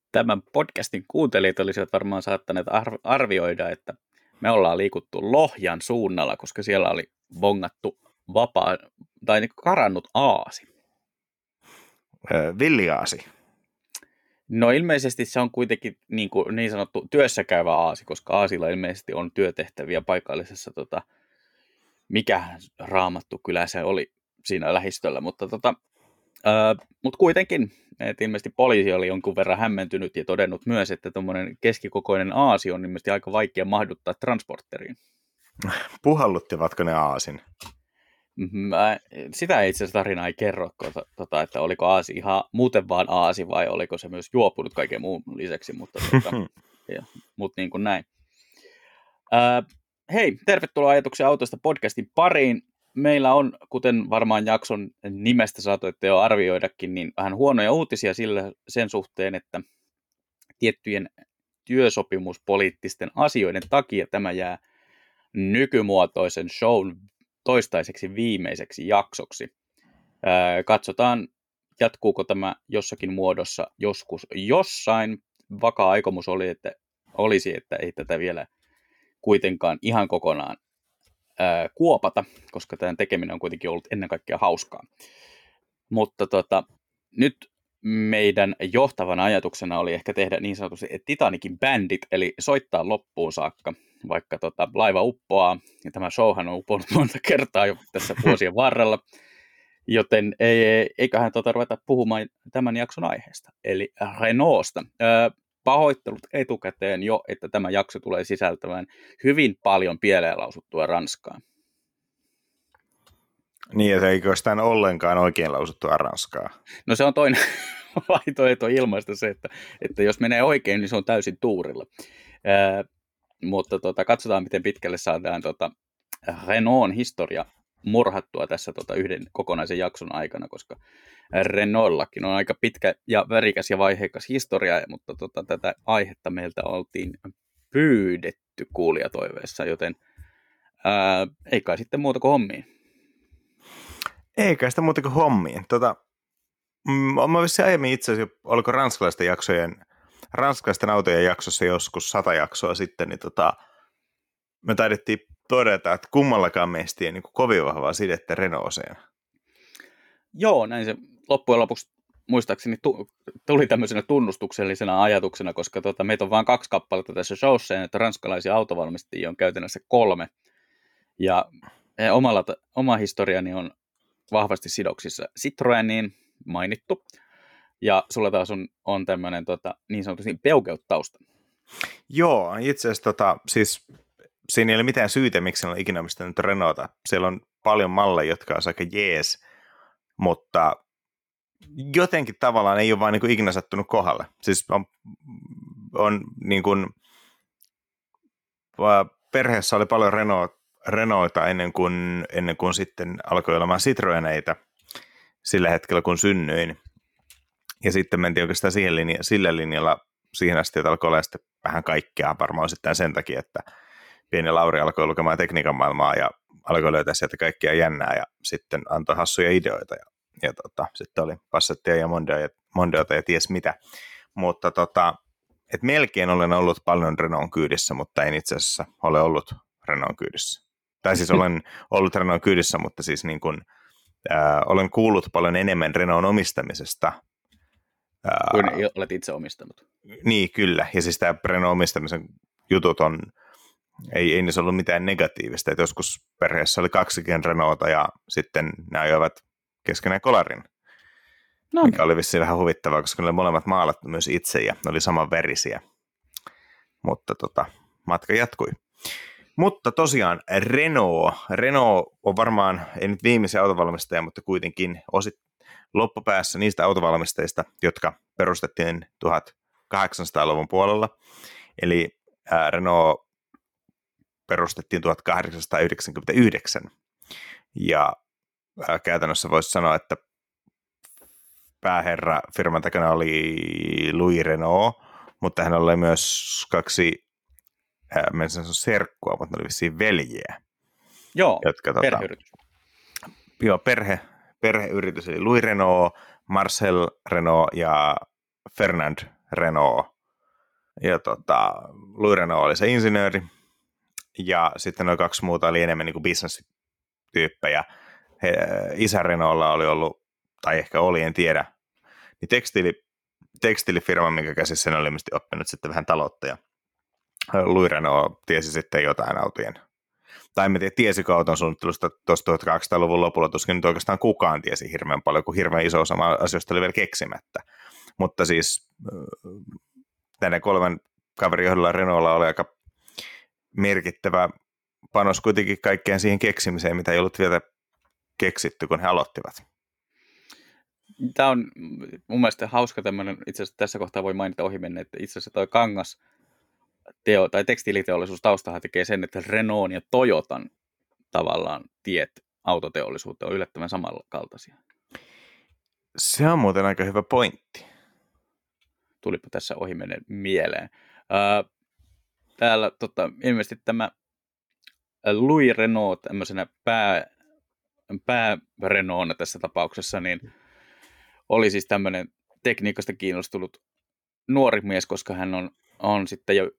tämän podcastin kuuntelijat olisivat varmaan saattaneet arvioida, että me ollaan liikuttu Lohjan suunnalla, koska siellä oli bongattu vapaa tai niin karannut aasi. Villiaasi. No ilmeisesti se on kuitenkin niin sanottu työssäkäyvä aasi, koska aasilla ilmeisesti on työtehtäviä paikallisessa, mikä raamattu kyllä se oli siinä lähistöllä, mutta kuitenkin, että ilmeisesti poliisi oli jonkun verran hämmentynyt ja todennut myös, että tuommoinen keskikokoinen aasi on ilmeisesti aika vaikea mahduttaa transporteriin. Puhalluttivatko ne aasin? Sitä itse asiassa tarina ei kerro, että oliko aasi ihan muuten vaan aasi vai oliko se myös juopunut kaiken muun lisäksi, mutta niin kuin näin. Hei, tervetuloa Ajatuksia autosta podcastin pariin. Meillä on, kuten varmaan jakson nimestä saatoitte jo arvioidakin, niin vähän huonoja uutisia sen suhteen, että tiettyjen työsopimuspoliittisten asioiden takia tämä jää nykymuotoisen shown toistaiseksi viimeiseksi jaksoksi. Katsotaan, jatkuuko tämä jossakin muodossa joskus jossain. Vakaa aikomus olisi, että ei tätä vielä kuitenkaan ihan kokonaan kuopata, koska tämän tekeminen on kuitenkin ollut ennen kaikkea hauskaa. Mutta nyt meidän johtavan ajatuksena oli ehkä tehdä niin sanotusti Titanicin bändit, eli soittaa loppuun saakka, vaikka laiva uppoaa, ja tämä showhan on uponnut monta kertaa jo tässä vuosien varrella, joten eiköhän ruveta puhumaan tämän jakson aiheesta, eli Renaultsta. Pahoittelut etukäteen jo, että tämä jakso tulee sisältämään hyvin paljon pieleen lausuttua ranskaa. Niin, että eikö sitä ollenkaan oikein lausuttua ranskaa? No se on toinen vaihtoehto ilmaista se, että jos menee oikein, niin se on täysin tuurilla. Mutta katsotaan, miten pitkälle saadaan Renaultin historia murhattua tässä yhden kokonaisen jakson aikana, koska Renaultillakin on aika pitkä ja värikäs ja vaiheikas historia, mutta tätä aihetta meiltä oltiin pyydetty kuulijatoiveessa, joten ei kai sitten muuta kuin hommiin. Eikä sitä muuta kuin hommiin. Mä vissiin aiemmin itse asiassa, oliko ranskalaisten autojen jaksossa joskus 100 jaksoa sitten, niin me taidettiin todeta, että kummallakaan meistä ei niin kovin vahvaa sidettä Renaultseen. Joo, näin se loppujen lopuksi muistaakseni tuli tämmöisenä tunnustuksellisena ajatuksena, koska meitä on vain 2 kappaletta tässä showssa, että ranskalaisia autovalmistajia on käytännössä 3. Ja oma historiani on vahvasti sidoksissa Citroeniin mainittu, ja sulla taas on tämmöinen niin sanotusti Peugeot-tausta. Joo, itse asiassa siis siinä ei ole mitään syytä, miksi on ikinä omistanut Renaulta. Siellä on paljon malleja, jotka on aika jees, mutta jotenkin tavallaan ei ole vaan niin kuin ikinä sattunut kohdalle. Siis on niin kuin, perheessä oli paljon Renaulta ennen kuin sitten alkoi olemaan Citroeneitä sillä hetkellä, kun synnyin. Ja sitten mentiin oikeastaan sillä linjalla siihen asti, että alkoi olla sitten vähän kaikkea, varmaan osittain sen takia, että pieni Lauri alkoi lukemaan tekniikan maailmaa ja alkoi löytää sieltä kaikkia jännää ja sitten antoi hassuja ideoita ja sitten oli Passattia ja Mondeota ja ties mitä. Mutta et melkein olen ollut paljon Renaultin kyydissä, mutta en itse asiassa ole ollut Renaultin kyydissä. Tai siis olen ollut Renaultin kyydissä, mutta siis niin kuin, olen kuullut paljon enemmän Renaultin omistamisesta. Kuin olet itse omistanut. Niin, kyllä. Ja siis tämä Renaultin omistamisen jutut ei niissä ollut mitään negatiivista. Et joskus perheessä oli 2 Renaulta ja sitten ne ajoivat keskenään kolarin. No. Mikä oli vissiin vähän huvittavaa, koska ne oli molemmat maalattu myös itse ja ne oli samanverisiä. Mutta matka jatkui. Mutta tosiaan Renault on varmaan, ei nyt viimeisiä autovalmistajia, mutta kuitenkin loppupäässä niistä autovalmistajista, jotka perustettiin 1800-luvun puolella. Eli Renault perustettiin 1899. Ja käytännössä voisi sanoa, että pääherra firman takana oli Louis Renault, mutta hän oli myös 2 serkkua, mutta ne oli vissiin veljiä. Joo, perheyritys. Joo, perheyritys, eli Louis Renault, Marcel Renault ja Fernand Renault. Ja Louis Renault oli se insinööri. Ja sitten noin kaksi muuta oli enemmän niin kuin business-tyyppejä. Isä Renaultlla oli ollut, tai ehkä oli, en tiedä, niin tekstiilifirma, minkä käsissä ne oli ilmeisesti oppinut sitten vähän taloutta. Ja Louis Renault tiesi sitten jotain autojen. Tai en tiedä, tiesikö auton suunnittelusta tuossa 1800-luvun lopulla, tuskin nyt oikeastaan kukaan tiesi hirveän paljon, kun hirveän iso osa asioista oli vielä keksimättä. Mutta siis näiden 3 kaverin johdolla Renaultlla oli aika merkittävä panos kuitenkin kaikkeen siihen keksimiseen, mitä ei ollut vielä keksitty, kun he aloittivat. Tämä on mun mielestä hauska tämmöinen, itse asiassa tässä kohtaa voi mainita ohimenne, että itse asiassa toi tai tekstiiliteollisuus taustahan tekee sen, että Renault ja Toyotan tavallaan tiet autoteollisuuteen on yllättävän samankaltaisia. Se on muuten aika hyvä pointti. Tulipa tässä ohimennen mieleen. Täällä ilmeisesti tämä Louis Renault tämmöisenä pää-Renaultna tässä tapauksessa, niin oli siis tämmöinen tekniikasta kiinnostunut nuori mies, koska hän on sitten jo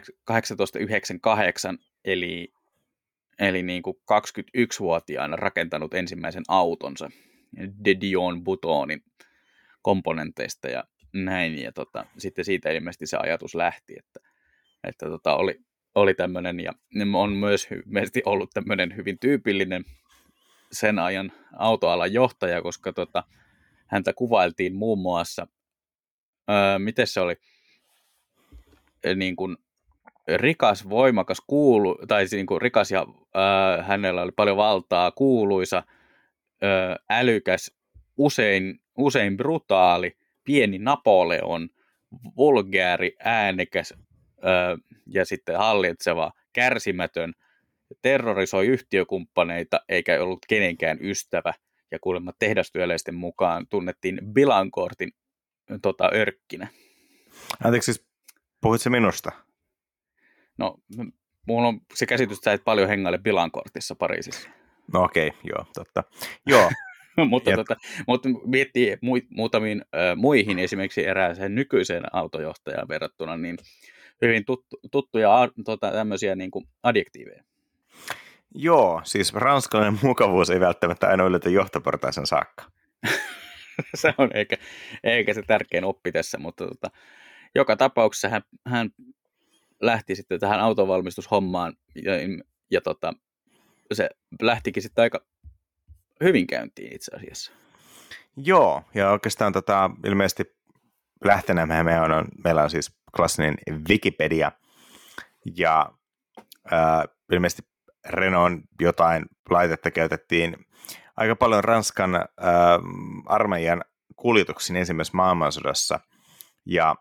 1898, eli niin kuin 21-vuotiaana rakentanut ensimmäisen autonsa de Dion Boutonin komponenteista ja näin. Ja sitten siitä ilmeisesti se ajatus lähti, että oli tämmöinen, ja on myös ilmeisesti ollut tämmöinen hyvin tyypillinen sen ajan autoalan johtaja, koska häntä kuvailtiin muun muassa, miten se oli, niin kuin rikas, voimakas, niin kuin rikas ja hänellä oli paljon valtaa, kuuluisa, älykäs, usein brutaali, pieni Napoleon, vulgääri, äänekäs ja sitten hallitseva, kärsimätön, terrorisoi yhtiökumppaneita eikä ollut kenenkään ystävä. Ja kuulemma tehdastyöläisten mukaan tunnettiin Bilancourtin örkkinä. Anteeksi, siis puhuitko minusta? No, mulla on se käsitys, että sä et paljon hengaile Bilancourtissa Pariisissa. No okei, joo, totta. Joo. mutta miettii muutamiin muihin, esimerkiksi erääseen nykyiseen autojohtajaan verrattuna, niin hyvin tuttuja tämmöisiä niin kuin adjektiiveja. Joo, siis ranskalainen mukavuus ei välttämättä aina ylitä johtoportaisen saakka. Se on eikä se tärkein oppi tässä, mutta joka tapauksessa hän lähti sitten tähän autonvalmistushommaan ja se lähtikin sitten aika hyvin käyntiin itse asiassa. Joo, ja oikeastaan ilmeisesti lähtenä meillä on siis klassinen Wikipedia, ja ilmeisesti Renault jotain laitetta käytettiin aika paljon Ranskan armeijan kuljetuksiin ensimmäisessä maailmansodassa, ja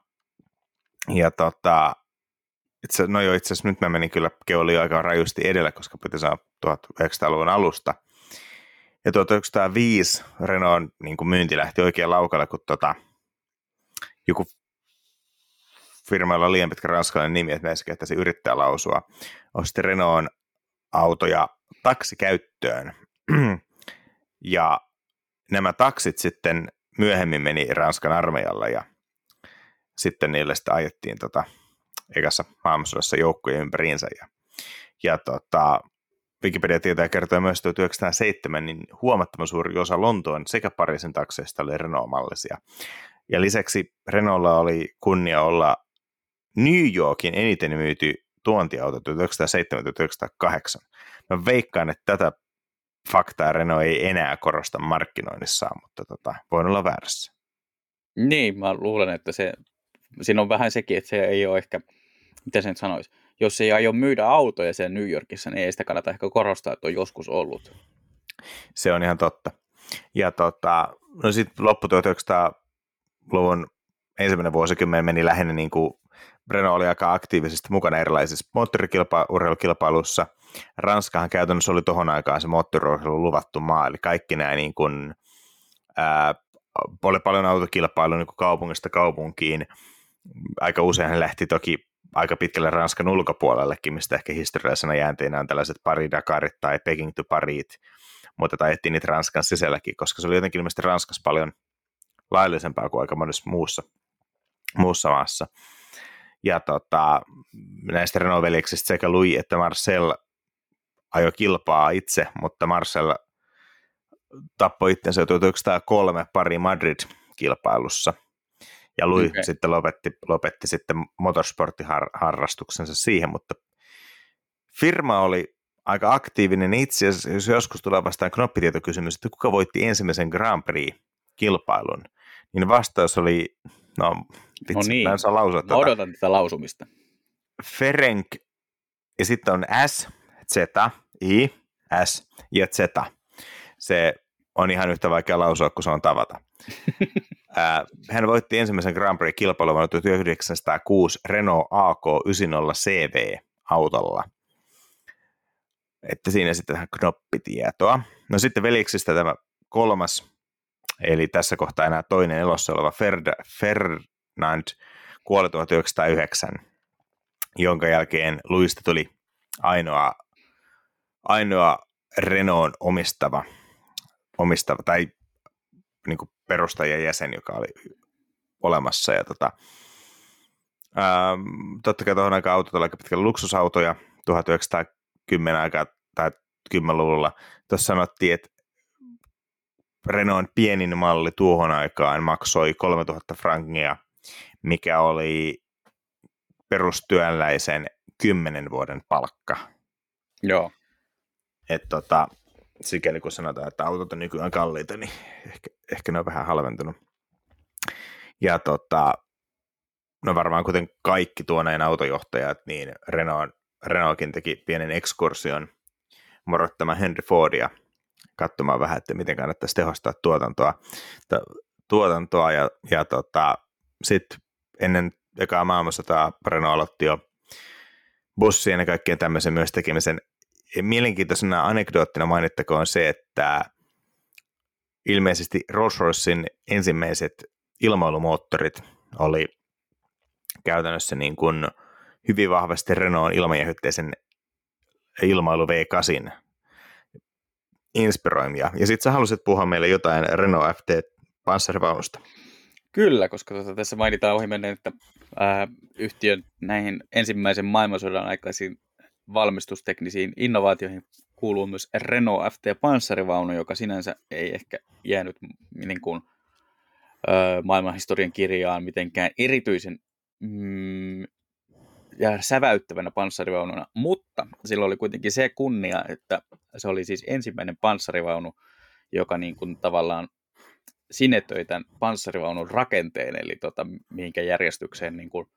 itse asiassa nyt mä menin kyllä keulio aika rajusti edellä, koska piti sanoa 1900-luvun alusta. Ja 1905 Renault niin kuin myynti lähti oikein laukalle, kun joku firmalla on liian pitkä ranskalainen nimi, että näissä kehtäisi yrittää lausua, osti Renault autoja taksikäyttöön. Ja nämä taksit sitten myöhemmin meni Ranskan armeijalla ja sitten niille sitten ajettiin ekassa maailmansodassa joukkojen ympäriinsä. Ja Wikipedia tietää kertoo myös, että 1907 niin huomattavan suuri osa Lontoon sekä Pariisin takseista oli Renault-mallisia. Ja lisäksi Renaultlla oli kunnia olla New Yorkin eniten myyty tuontiauto 1907-1908. Mä veikkaan, että tätä faktaa Renault ei enää korosta markkinoinnissaan, mutta voin olla väärässä. Niin, mä luulen, että siinä on vähän sekin, että se ei ole ehkä, mitä sen sanoisi, jos ei aio myydä autoja sen New Yorkissa, niin ei sitä kannata ehkä korostaa, että on joskus ollut. Se on ihan totta. Ja no sitten loppu 1900-luvun ensimmäinen vuosikymmen meni lähinnä niin kuin Renault oli aika aktiivisesti mukana erilaisissa moottoriurheilukilpailuissa. Ranskahan käytännössä oli tohon aikaan se moottoriurheilun luvattu maa, eli kaikki nämä niin kuin, oli paljon autokilpailua niin kuin kaupungista kaupunkiin. Aika usein hän lähti toki aika pitkälle Ranskan ulkopuolellekin, mistä ehkä historiallisena jäänteinä on tällaiset Paris-Dakarit tai Peking to Paris, mutta ajettiin niitä Ranskan sisälläkin, koska se oli jotenkin ilmeisesti Ranskassa paljon laillisempaa kuin aika monessa muussa muussa maassa. Ja näistä Renault-veljeksistä sekä Louis että Marcel ajoi kilpaa itse, mutta Marcel tappoi itsensä 1903 pari Madrid-kilpailussa. Ja Louis sitten lopetti sitten motorsporttiharrastuksensa siihen, mutta firma oli aika aktiivinen itse asiassa, jos joskus tulee vastaan knoppitietokysymys, että kuka voitti ensimmäisen Grand Prix-kilpailun, niin vastaus oli, niin, mä en saa lausua mä odotan tätä lausumista. Ferenc, ja sitten on S, Z, I, S ja Z. Se on ihan yhtä vaikea lausua, kun se on tavata. Hän voitti ensimmäisen Grand Prix-kilpailun vuonna 1906 Renault AK90 CV-autolla. Että siinä sitten vähän knoppitietoa. No sitten veljeksistä tämä kolmas, eli tässä kohtaa enää toinen elossa oleva Fernand kuoli 1909, jonka jälkeen Louisista tuli ainoa Renault omistava tai niin kuin perustajien jäsen, joka oli olemassa. Ja totta kai tuohon aikaan autot oli aika pitkällä luksusautoja 1910 aikaa tai 10-luvulla. Tuossa sanottiin, että Renaultin pienin malli tuohon aikaan maksoi 3000 frankia, mikä oli perustyöläisen 10 vuoden palkka. Joo. Että sikäli kun sanotaan, että autot on nykyään kalliita, niin ehkä ne on vähän halventunut. Ja no varmaan kuten kaikki tuoneen autojohtajat, niin Renaultkin teki pienen ekskursion morottamaan Henry Fordia katsomaan vähän, että miten kannattaisi tehostaa tuotantoa ja sitten ennen ekaa maailmansotaa Renault aloitti jo bussien ja kaikkien tämmöisen myös tekemisen. Mielenkiintoisena anekdoottina mainittakoon se, että ilmeisesti Rolls-Roycen ensimmäiset ilmailumoottorit oli käytännössä niin kuin hyvin vahvasti Renaultin ilmajähytteisen ilmailu V8 inspiroimia. Ja sitten sä halusit puhua meille jotain Renault FT-panssarivaunusta. Kyllä, koska tässä mainitaan ohimennen, että yhtiön näihin ensimmäisen maailmansodan aikaisiin valmistusteknisiin innovaatioihin kuuluu myös Renault FT-panssarivaunu, joka sinänsä ei ehkä jäänyt niin kuin, maailmanhistorian kirjaan mitenkään erityisen ja säväyttävänä panssarivaununa, mutta sillä oli kuitenkin se kunnia, että se oli siis ensimmäinen panssarivaunu, joka niin kuin tavallaan sinetöi tämän panssarivaunun rakenteen, eli mihinkä järjestykseen niin kuin,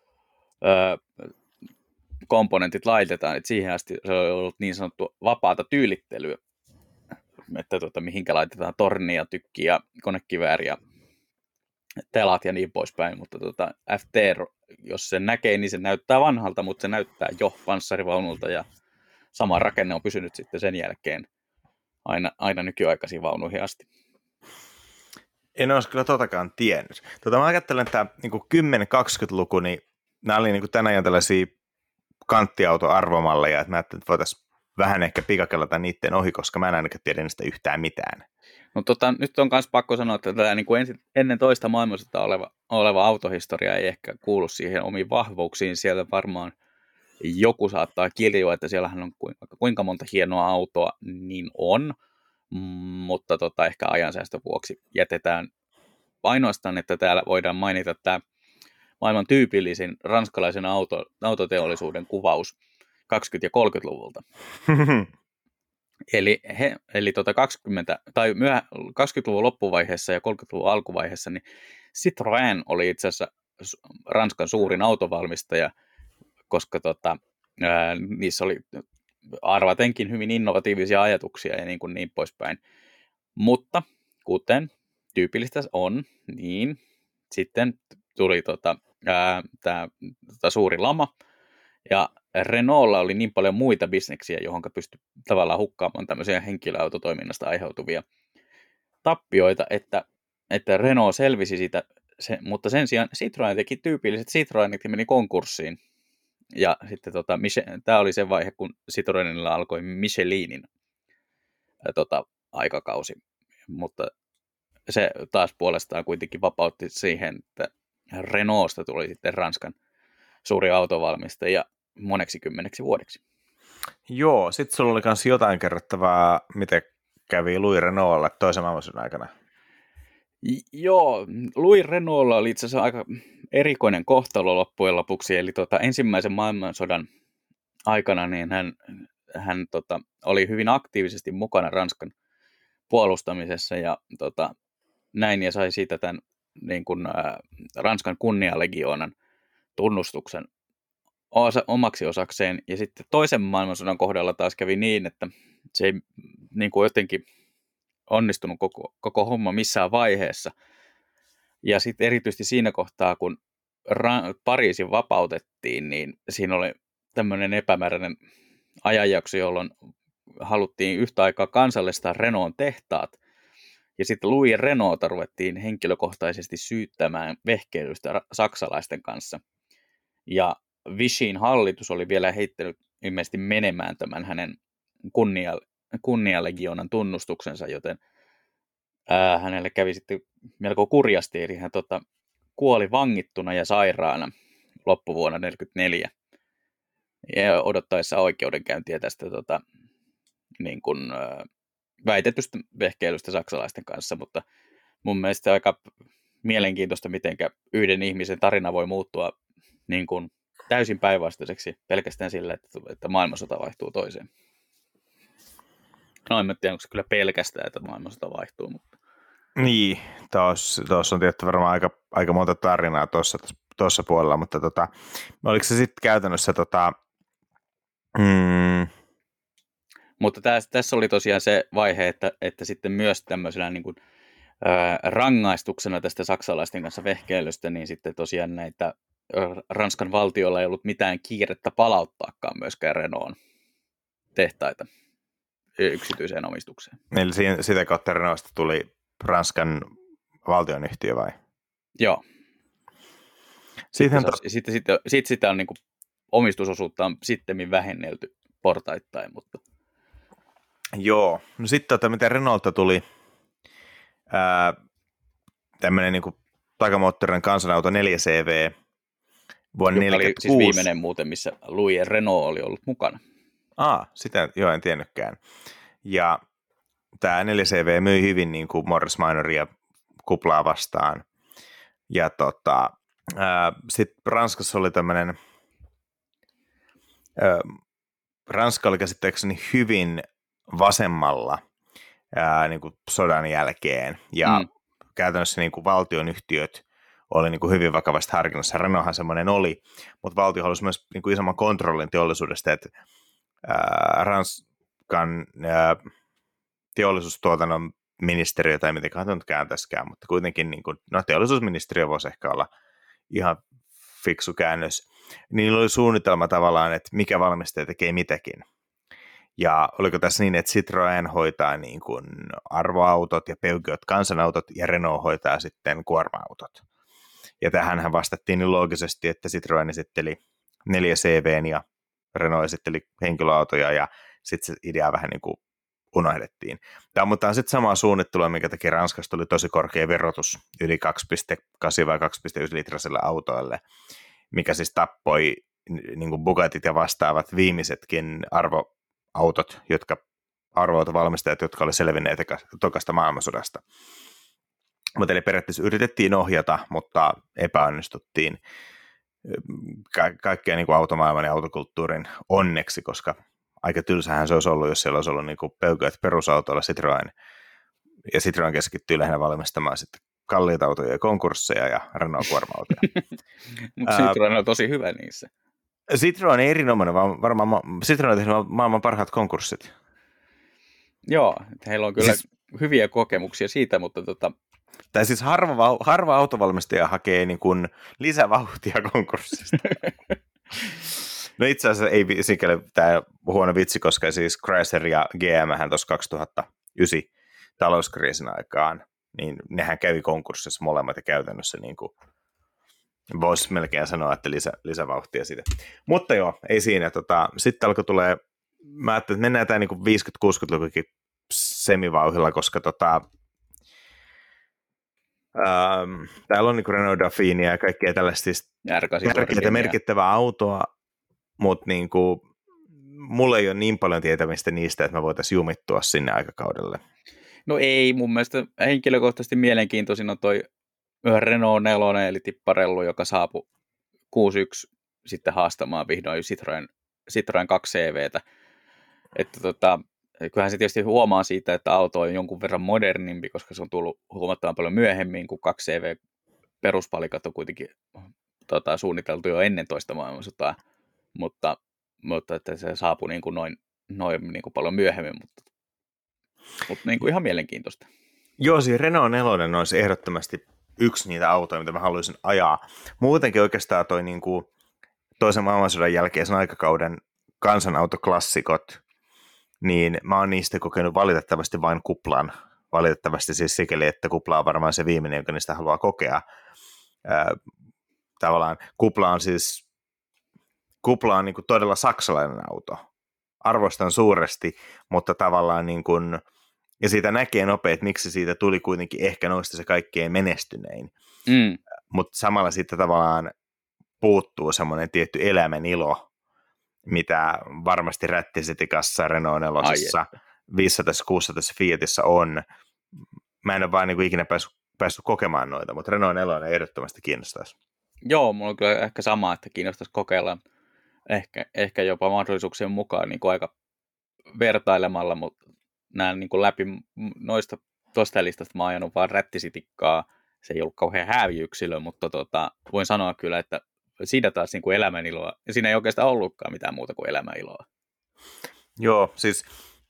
komponentit laitetaan, että siihen asti se on ollut niin sanottu vapaata tyylittelyä, että mihinkä laitetaan tornia, tykkiä, konekivääriä, telat ja niin poispäin, mutta FT, jos se näkee, niin se näyttää vanhalta, mutta se näyttää jo panssarivaunulta ja sama rakenne on pysynyt sitten sen jälkeen aina nykyaikaisiin vaunuihin asti. En olisi kyllä totakaan tiennyt. Mä ajattelen, että niin 10-20-luku, niin nämä oli niin tänä ajan tällaisia kanttiautoarvomalleja, että mä ajattelin, että voitaisiin vähän ehkä pikakellata niiden ohi, koska mä en ainakaan tiedä niistä yhtään mitään. No nyt on myös pakko sanoa, että tämä niin kuin ennen toista maailmansotaa oleva autohistoria ei ehkä kuulu siihen omiin vahvuuksiin. Siellä varmaan joku saattaa kiljua, että siellähän on kuinka monta hienoa autoa, niin on. Mutta ehkä ajansäästön vuoksi jätetään ainoastaan, että täällä voidaan mainita tämä maailman tyypillisin ranskalaisen autoteollisuuden kuvaus 20- ja 30-luvulta. Eli 20-luvun loppuvaiheessa ja 30-luvun alkuvaiheessa niin Citroën oli itse asiassa Ranskan suurin autovalmistaja, koska niissä oli arvatenkin hyvin innovatiivisia ajatuksia ja niin poispäin. Mutta kuten tyypillistä on, niin sitten tuli tämä suuri lama, ja Renaultlla oli niin paljon muita bisneksiä, johon pystyi tavallaan hukkaamaan tämmöisiä henkilöautotoiminnasta aiheutuvia tappioita, että Renault selvisi siitä, mutta sen sijaan Citroën teki tyypilliset Citroënit ja meni konkurssiin. Ja sitten tämä oli se vaihe, kun Citroënilla alkoi Michelinin aikakausi, mutta se taas puolestaan kuitenkin vapautti siihen, että Renaultsta tuli sitten Ranskan suuri autovalmistaja moneksi 10 vuodeksi. Joo, sitten sulla oli myös jotain kerrottavaa, miten kävi Louis Renaultille toisen maailmansodan aikana. Joo, Louis Renaultilla oli itse asiassa aika erikoinen kohtalo loppujen lopuksi, eli ensimmäisen maailmansodan aikana niin hän oli hyvin aktiivisesti mukana Ranskan puolustamisessa ja näin ja sai siitä tämän niin kuin, Ranskan kunnialegionan tunnustuksen omaksi osakseen. Ja sitten toisen maailmansodan kohdalla taas kävi niin, että se ei niin kuin jotenkin onnistunut koko homma missään vaiheessa. Ja sitten erityisesti siinä kohtaa, kun Pariisi vapautettiin, niin siinä oli tämmöinen epämääräinen ajanjakso, jolloin haluttiin yhtä aikaa kansallistaa Renaultin tehtaat. Ja sitten Louis Renaulta ruvettiin henkilökohtaisesti syyttämään vehkeilystä saksalaisten kanssa. Ja Vichyn hallitus oli vielä heittänyt ilmeisesti menemään tämän hänen kunnialegionan tunnustuksensa, joten hänelle kävi sitten melko kurjasti, eli hän kuoli vangittuna ja sairaana loppuvuonna 1944 ja odottaessa oikeudenkäyntiä tästä niin kuin, väitetystä vehkeilystä saksalaisten kanssa, mutta mun mielestä aika mielenkiintoista, miten yhden ihmisen tarina voi muuttua niin kuin täysin päinvastaiseksi pelkästään sillä, että maailmansota vaihtuu toiseen. No en tiedä, onko se kyllä pelkästään, että maailmansota vaihtuu, mutta... Niin, tuossa on tietty varmaan aika monta tarinaa tuossa puolella, mutta oliko se sitten käytännössä Mutta tässä oli tosiaan se vaihe, että sitten myös tämmöisenä niin kuin, rangaistuksena tästä saksalaisten kanssa vehkeilystä, niin sitten tosiaan näitä Ranskan valtiolla ei ollut mitään kiirettä palauttaakaan myöskään Renaultin tehtaita yksityiseen omistukseen. Eli sitä kautta Renaultista tuli Ranskan valtionyhtiö vai? Joo. Sitten sitä on niin kuin, omistusosuutta on sittemmin vähennelty portaittain, mutta... Joo, no sitten miten Renaultista tuli tämmöinen niin kuin takamoottorinen kansanauto 4CV vuonna 1946. Oli siis viimeinen muuten, missä Louis Renault oli ollut mukana. Sitä en tiennytkään. Ja tämä 4CV myi hyvin niin kuin Morris Minoria kuplaa vastaan. Ja sitten Ranskassa oli tämmöinen, Ranska oli käsittääkseni hyvin vasemmalla niin kuin sodan jälkeen. Ja käytännössä niin kuin valtionyhtiöt oli niin kuin hyvin vakavasti harkinnassa. Renaulthan semmoinen oli, mutta valtio halusi myös niin kuin isomman kontrollin teollisuudesta, että Ranskan teollisuustuotannon ministeriö, tai miten nyt kääntäisikään, mutta kuitenkin niin kuin, teollisuusministeriö voisi ehkä olla ihan fiksu käännös. Niillä oli suunnitelma tavallaan, että mikä valmistaja tekee mitäkin. Ja oliko tässä niin, että Citroën hoitaa niin kuin arvoautot ja Peugeot kansanautot, ja Renault hoitaa sitten kuorma-autot. Ja tähänhän vastattiin niin loogisesti, että Citroën esitteli 4CVn ja Renault esitteli henkilöautoja, ja sitten se idea vähän niin kuin unohdettiin. Mutta on sitten samaa suunnittelua, mikä teki Ranskasta, oli tosi korkea verotus yli 2,8 vai 2,9 litrasille autoille, mikä siis tappoi niin kuin Bugattit ja vastaavat viimeisetkin arvoautot, arvoautovalmistajat, jotka oli selvinneet tokasta maailmansodasta. Mutta eli periaatteessa yritettiin ohjata, mutta epäonnistuttiin kaikkea niin kuin automaailman ja autokulttuurin onneksi, koska aika tylsähän se olisi ollut, jos siellä olisi ollut niin kuin Peugeot perusautoilla Citroën, ja Citroën keskittyy lähinnä valmistamaan sitten kalliita autoja ja konkursseja ja Renault-kuorma-autoja. Mutta Citroën on tosi hyvä niissä. Citroën on erinomainen, vaan varmaan Citroën on tehnyt maailman parhaat konkurssit. Joo, heillä on kyllä hyviä kokemuksia siitä, mutta Tai siis harva autovalmistaja hakee niin kuin lisävauhtia konkurssista. No itse asiassa ei sikäli tämä huono vitsi, koska siis Chrysler ja GM tuossa 2009 talouskriisin aikaan, niin nehän kävi konkurssissa molemmat ja käytännössä niin kuin voisi melkein sanoa, että lisävauhtia siitä. Mutta joo, ei siinä. Sitten alkoi tulee, mä ajattelin, että mennään tämä niin 50-60-lukukin semivauhilla, koska Täällä on niin Renault Dauphine ja kaikkea tällaista siis tärkeää merkittävää autoa, mutta niin kuin, mulla ei ole niin paljon tietämistä niistä, että me voitaisiin jumittua sinne aikakaudelle. No ei, mun mielestä henkilökohtaisesti mielenkiintoisin on toi Renault 4, eli tipparellu, joka saapui 61 sitten haastamaan vihdoin Citroen 2CVtä. Että kyllähän se tietysti huomaa siitä, että auto on jonkun verran modernimpi, koska se on tullut huomattavan paljon myöhemmin, kun 2CV peruspalikat on kuitenkin suunniteltu jo ennen toista maailmansotaa, mutta että se saapui niin kuin noin niin kuin paljon myöhemmin, mutta niin kuin ihan mielenkiintoista. Joo, siis Renault 4 olisi ehdottomasti yksi niitä autoja, mitä mä haluaisin ajaa. Muutenkin oikeastaan toi niin kuin toisen maailmansodan jälkeisen aikakauden kansanautoklassikot, niin mä oon niistä kokenut valitettavasti vain kuplan. Valitettavasti siis sikäli, että kupla on varmaan se viimeinen, joka niistä haluaa kokea. Tavallaan kupla on niin kuin todella saksalainen auto. Arvostan suuresti, mutta tavallaan niin kuin, ja siitä näkee nopeasti, miksi siitä tuli kuitenkin ehkä noista se kaikkein menestynein. Mutta samalla sitten tavallaan puuttuu semmoinen tietty elämän ilo, mitä varmasti rättisitikassa Renault 4, 500 600 Fiatissa on. Mä en ole vaan niin ikinä päässyt kokemaan noita, mutta Renault 4 ehdottomasti kiinnostaisi. Joo, mulla on kyllä ehkä sama, että kiinnostaisi kokeilla ehkä jopa mahdollisuuksien mukaan niin kuin aika vertailemalla, mutta näen niin kuin läpi tuosta listasta mä oon ajanut vaan rättisitikkaa. Se ei ollut kauhean hääviyksilö, mutta voin sanoa kyllä, että siinä taas niin kuin elämäniloa. Ja siinä ei oikeastaan ollutkaan mitään muuta kuin elämäniloa. Joo, siis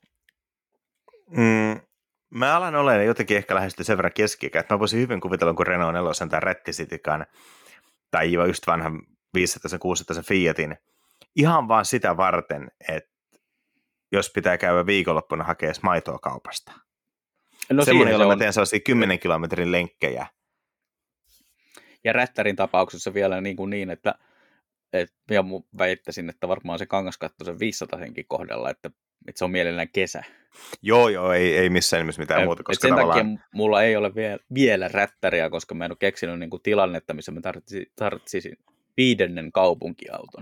mä alan olemaan jotenkin ehkä lähestyä sen verran keski-ikä, että mä voisin hyvin kuvitella, kun Renault 4 tai rättisitikan tai just vanhan 500-600 Fiatin ihan vaan sitä varten, että jos pitää käydä viikonloppuna hakea maitoa kaupasta. No semmoinen, jolla mä teen sellaisia 10 kilometrin lenkkejä. Ja rättärin tapauksessa vielä niin että ja väittäisin, että varmaan se kangaskatto sen 500 henkin kohdalla, että se on mielellään kesä. Joo, ei missään nimessä mitään muuta. Koska sen takia mulla ei ole vielä rättäriä, koska mä en ole keksinyt niin kuin tilannetta, missä mä tarvitsisin 5. kaupunkiauton.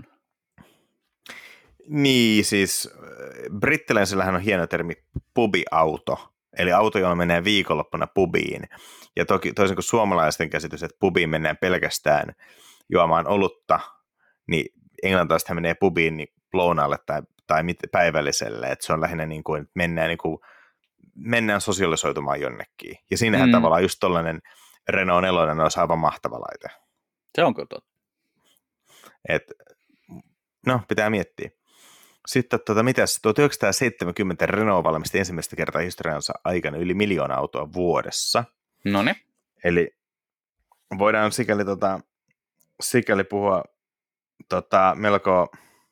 Niin, siis brittiläisillähän on hieno termi pubiauto, eli auto, jolla menee viikonloppuna pubiin. Ja toisin kuin suomalaisten käsitys, että pubiin mennään pelkästään juomaan olutta, niin englantilaisethan menee pubiin niin lounaalle tai päivälliselle, että se on lähinnä niin kuin, että mennään sosialisoitumaan jonnekin. Ja siinähän tavallaan just tollainen Renault 4 olisi aivan mahtava laite. Se on kyllä totta. No, pitää miettiä. Sitten mitäs, 1970 Renault valmisti ensimmäistä kertaa historiansa aikana yli 1 miljoona autoa vuodessa. Noniin. Eli voidaan sikäli puhua melko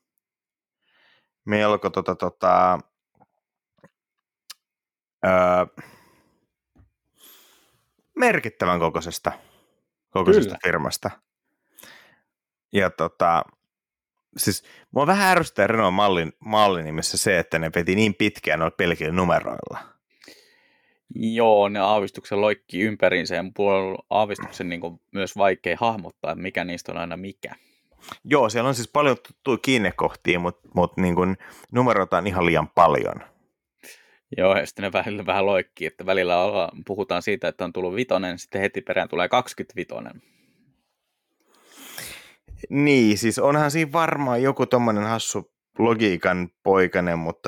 merkittävän kokoisesta firmasta. Ja siis mua vähän ärsyttää Renault mallinimessä se, että ne peti niin pitkään noilla pelkillä numeroilla. Joo, ne aavistuksen loikki ympäriinsä ja puolella on aavistuksen niin kuin myös vaikea hahmottaa, että mikä niistä on aina mikä. Joo, siellä on siis paljon tuttuja kiinnekohtia, mutta niin kuin numeroita on ihan liian paljon. Joo, ja sitten ne välillä vähän loikkii, että välillä puhutaan siitä, että on tullut 5, sitten heti perään tulee 25. Niin, siis onhan siinä varmaan joku tommonen hassu logiikan poikainen, mutta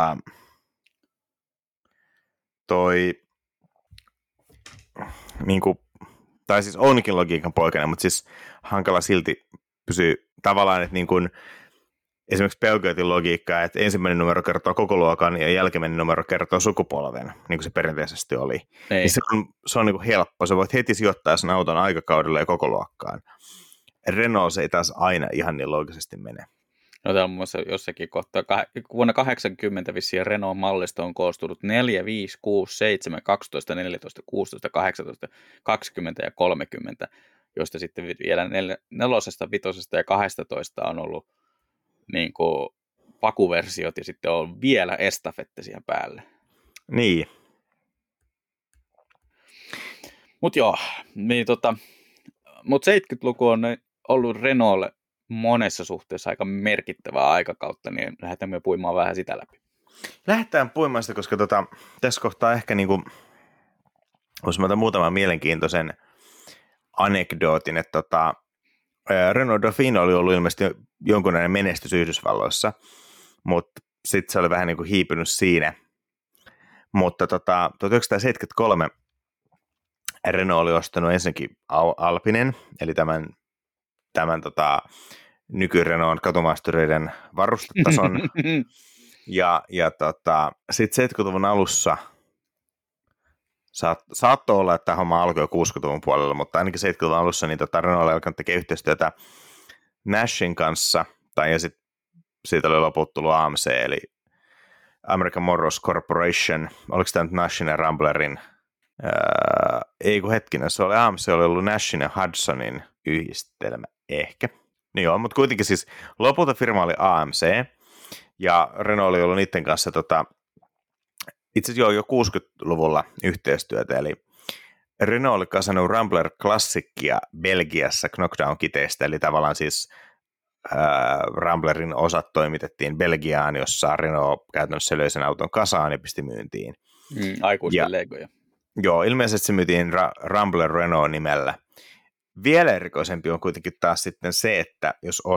niinku, tai siis onkin logiikan poikainen, mutta siis hankala silti pysyy tavallaan, että niin kuin esimerkiksi Peugeotin logiikkaa, että ensimmäinen numero kertoo koko luokan ja jälkimmäinen numero kertoo sukupolven, niin kuin se perinteisesti oli. Niin se on niin kuin helppo, sä voit heti sijoittaa sen auton aikakaudelle ja koko luokkaan. Renault se ei taas aina ihan niin loogisesti mene. No tämä on muun muassa jossakin kohtaa. Vuonna 80 vissiin Renault-mallista on koostunut 4, 5, 6, 7, 12, 14, 16, 18, 20 ja 30, joista sitten vielä 4, 5 ja 12 on ollut niin kuin pakuversiot ja sitten on vielä estafette siihen päälle. Niin. Mutta joo, niin mut 70-luku on ollut Renaultlle monessa suhteessa aika merkittävää aikakautta, niin lähdetään me puimaan vähän sitä läpi. Lähdetään puimaan sitä, koska tässä kohtaa ehkä niinku, jos mä otan muutaman mielenkiintoisen anekdootin, että Renault Dauphine oli ollut ilmeisesti jonkunlainen menestys Yhdysvalloissa, mutta sitten se oli vähän niin kuin hiipynyt siinä. Mutta 1973 Renault oli ostanut ensinnäkin Alpinen, eli tämän nyky-Renault katumaastureiden varustetason. ja sitten 70-luvun alussa saattoi olla, että homma alkoi 60-luvun puolella, mutta ainakin 70-luvun alussa niin Renault oli alkanut tekemään yhteistyötä Nashin kanssa, ja sitten siitä oli lopulta tullut AMC, eli American Motors Corporation. Oliko tämä nyt Nashin ja Ramblerin? Ei kun hetkinen, se oli AMC, oli ollut Nashin ja Hudsonin yhdistelmä ehkä. No joo, mutta kuitenkin siis lopulta firma oli AMC, ja Renault oli ollut niiden kanssa itse asiassa jo 60-luvulla yhteistyötä, eli Renault oli kasannut Rambler Classicia Belgiassa Knockdown-kiteistä, eli tavallaan siis Ramblerin osat toimitettiin Belgiaan, jossa Renault käytännössä löi sen auton kasaan ja pisti myyntiin. Aikuisten legoja. Joo, ilmeisesti se myytiin Rambler Renault nimellä. Vielä erikoisempi on kuitenkin taas sitten se, että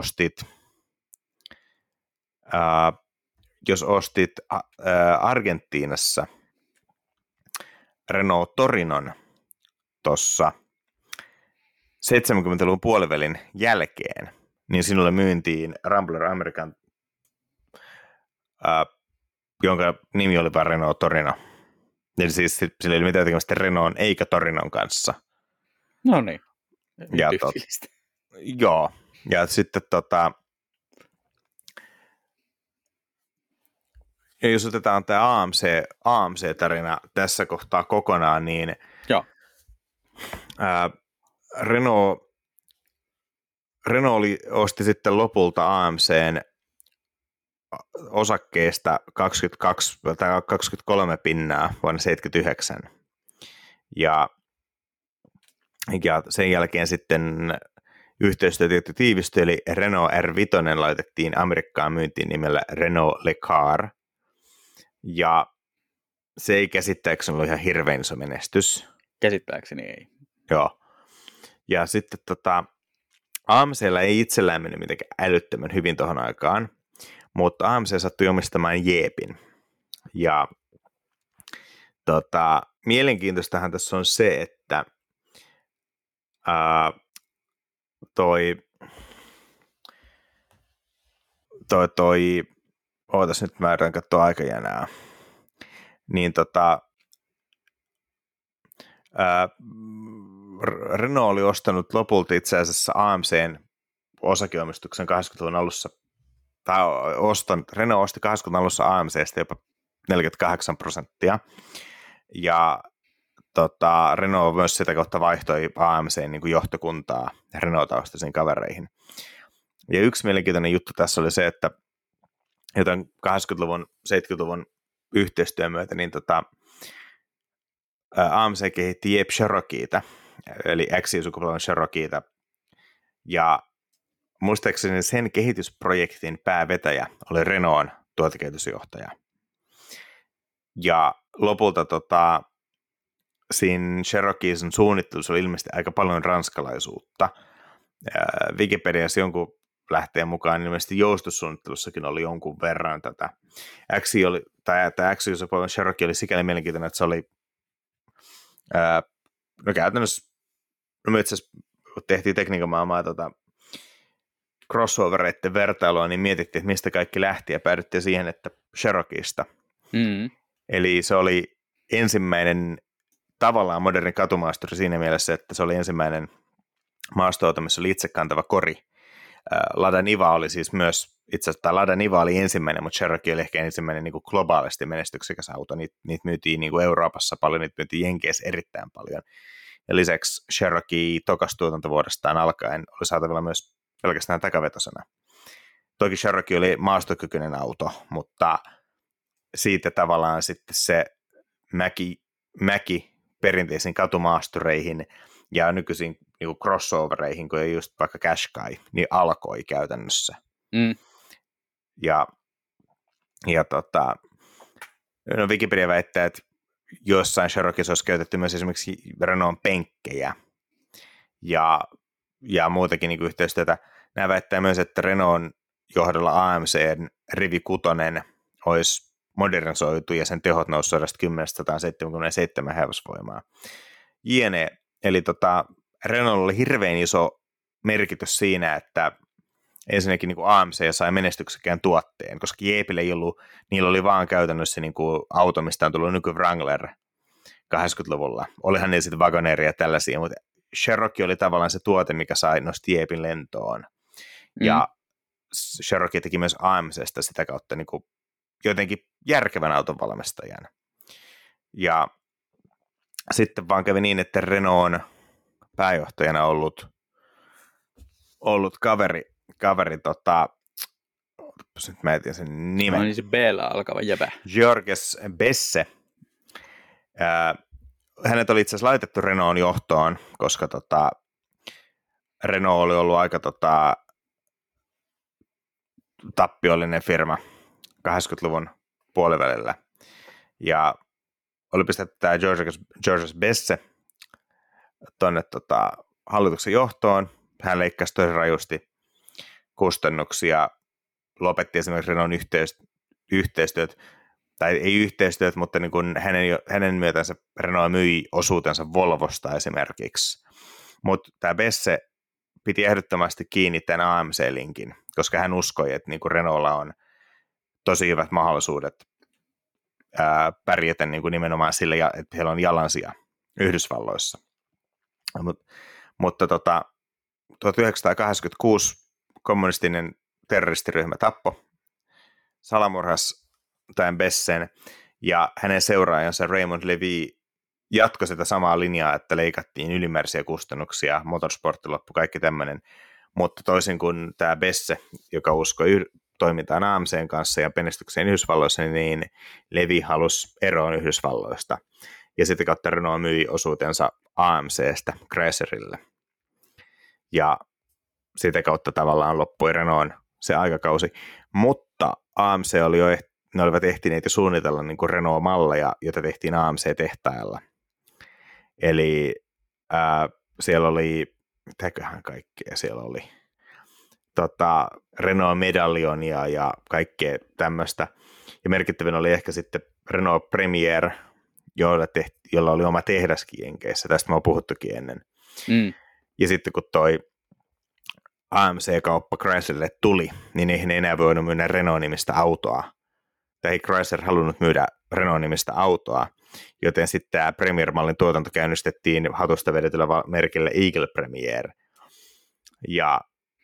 jos ostit Argentiinassa Renault Torinon tuossa 70-luvun puolivälin jälkeen, niin sinulle myyntiin Rambler American, jonka nimi oli vain Renault Torino. Eli siis sillä ei ole mitään tekemistä Renault eikä Torinon kanssa. No niin. Joo, ja sitten ja jos otetaan tämä AMC-tarina tässä kohtaa kokonaan, niin Renault osti sitten lopulta AMCn osakkeista 23 pinnaa vuonna 1979. Ja sen jälkeen sitten yhteistyö tietty tiivistyi, eli Renault R5 laitettiin Amerikkaan myyntiin nimellä Renault Le Car. Ja se ei käsittääkseni ollut ihan hirveän iso menestys. Käsittääkseni ei. Joo. Ja sitten AMC:llä ei itsellään mennyt mitenkään älyttömän hyvin tuohon aikaan, mutta AMC sattui omistamaan Jeepin. Ja mielenkiintoistahan tässä on se, että ootas nyt mä yritän katsoa aikajänää, niin Renault oli ostanut lopulta itse asiassa AMCn osakeomistuksen 80-luvun alussa, Renault osti 80-luvun alussa AMCstä jopa 48%, ja Renault myös sitä kautta vaihtoi AMCn niin kuin johtokuntaa Renault-taustaisiin kavereihin. Ja yksi mielenkiintoinen juttu tässä oli se, että joten 80-luvun, 70-luvun yhteistyön myötä, niin AMC kehitti Jeep Cherokeeta, eli XI-sukupolven Cherokeeta, ja muistaakseni sen kehitysprojektin päävetäjä oli Renaultin tuotekehitysjohtaja. Ja lopulta siinä Cherokeesin suunnittelussa oli ilmeisesti aika paljon ranskalaisuutta. Wikipediassa jonkun lähteen mukaan ilmeisesti joustussuunnittelussakin oli jonkun verran tätä. Tämä XI-sukupolven Cherokee oli sikäli mielenkiintoinen, että se oli käytännössä, me itse asiassa tehtiin tekniikan maailmaa crossovereiden vertailua, niin mietittiin, että mistä kaikki lähti ja päädyttiin siihen, että Cherokeesta. Eli se oli ensimmäinen tavallaan moderni katumaasturi siinä mielessä, että se oli ensimmäinen maastoauto, missä oli itsekantava kori. Lada Niva oli siis myös, itse asiassa Lada Niva oli ensimmäinen, mutta Cherokee oli ehkä ensimmäinen niin kuin globaalisti menestyksekäs auto. Niitä myytiin niin kuin Euroopassa paljon, niitä myytiin Jenkeissä erittäin paljon. Ja lisäksi Cherokee tokas tuotantovuodestaan alkaen oli saatavilla myös pelkästään takavetosena. Toki Cherokee oli maastokykyinen auto, mutta siitä tavallaan sitten se mäki perinteisiin katumaastureihin ja nykyisiin niin crossovereihin, kuin just vaikka Qashqai, niin alkoi käytännössä. Ja no Wikipedia väittää, että jossain Cherokissa olisi käytetty myös esimerkiksi Renaultin penkkejä ja muutakin niin yhteistyötä. Nämä väittää myös, että Renaultin johdolla AMC:n Rivi 6 olisi modernisoitu ja sen tehot noussut 10-177 hevosvoimaa. Jne. Eli Renault oli hirveän iso merkitys siinä, että ensinnäkin niin kuin AMC sai menestyksekään tuotteen, koska Jeepillä ei ollut, niillä oli vaan käytännössä niin kuin auto, mistä on tullut nyky-Wrangler 80-luvulla. Olihan ne sitten Wagoneeria ja tällaisia, mutta Cherokee oli tavallaan se tuote, mikä nosti Jeepin lentoon. Ja Cherokee teki myös AMCstä sitä kautta niin kuin jotenkin järkevän auton valmistajan. Ja sitten vaan kävi niin, että Renaultin pääjohtajana ollut kaveri nyt mä etin sen nimen. No niin se B-llä alkava jäbä. Georges Besse. Hänet oli itse asiassa laitettu Renaultin johtoon, koska Renault oli ollut aika tappiollinen firma 80-luvun puolivälillä. Ja oli pistetty tämä Georges Besse tuonne hallituksen johtoon. Hän leikkasi tosi rajusti kustannuksia, lopetti esimerkiksi Renaultin yhteistyöt, tai ei yhteistyöt, mutta niin kuin hänen myötänsä Renault myi osuutensa Volvosta esimerkiksi. Mutta tämä Besse piti ehdottomasti kiinni tämän AMC-linkin, koska hän uskoi, että niin kuin Renaultilla on tosi hyvät mahdollisuudet pärjätä niin kuin nimenomaan sillä, että heillä on jalansija Yhdysvalloissa. Mutta 1986 kommunistinen terroristiryhmä salamurhasi tämän Bessen, ja hänen seuraajansa Raymond Levy jatkoi sitä samaa linjaa, että leikattiin ylimääräisiä kustannuksia, motorsportti loppu, kaikki tämmöinen, mutta toisin kuin tämä Besse, joka uskoi toimintaan AMCn kanssa ja menestykseen Yhdysvalloissa, niin Levy halusi eroon Yhdysvalloista, ja sitä kautta Renault myi osuutensa AMCstä Chryslerille. Ja sitä kautta tavallaan loppui Renaultin se aikakausi, mutta AMC ne olivat ehtineet jo suunnitella niin kuin Renault-malleja, joita tehtiin AMC-tehtailla. Eli siellä oli, mitäköhän kaikkea siellä oli, Renault-medaljonia ja kaikkea tämmöistä. Ja merkittävin oli ehkä sitten Renault Premier, jolla oli oma tehdaskin Jenkeissä. Tästä me on puhuttukin ennen. Ja sitten kun toi AMC-kauppa Chryslerille tuli, niin eihän ne enää voinut myydä Renault-nimistä autoa. Tai ei Chrysler halunnut myydä Renault-nimistä autoa, joten sitten tämä Premier-mallin tuotanto käynnistettiin hatusta vedetyllä merkillä Eagle Premier. Ja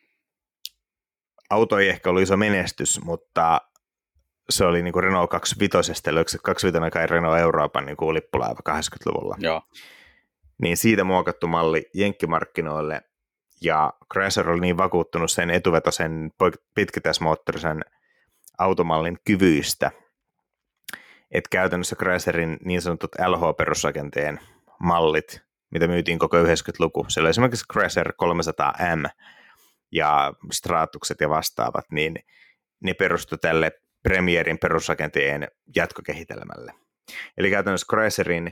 auto ei ehkä ollut iso menestys, mutta se oli niin kuin Renault 25, eli 25 kai Renault Euroopan niin kuin lippulaiva 80-luvulla. Joo. Niin siitä muokattu malli jenkkimarkkinoille, ja Chrysler oli niin vakuuttunut sen etuvetoisen pitkätäismoottorisen automallin kyvyistä, että käytännössä Chryslerin niin sanotut LH-perusrakenteen mallit, mitä myytiin koko 90-luku, siellä oli esimerkiksi Chrysler 300M ja Stratukset ja vastaavat, niin ne perustui tälle Premierin perusrakenteen jatkokehitelmälle. Eli käytännössä Chryslerin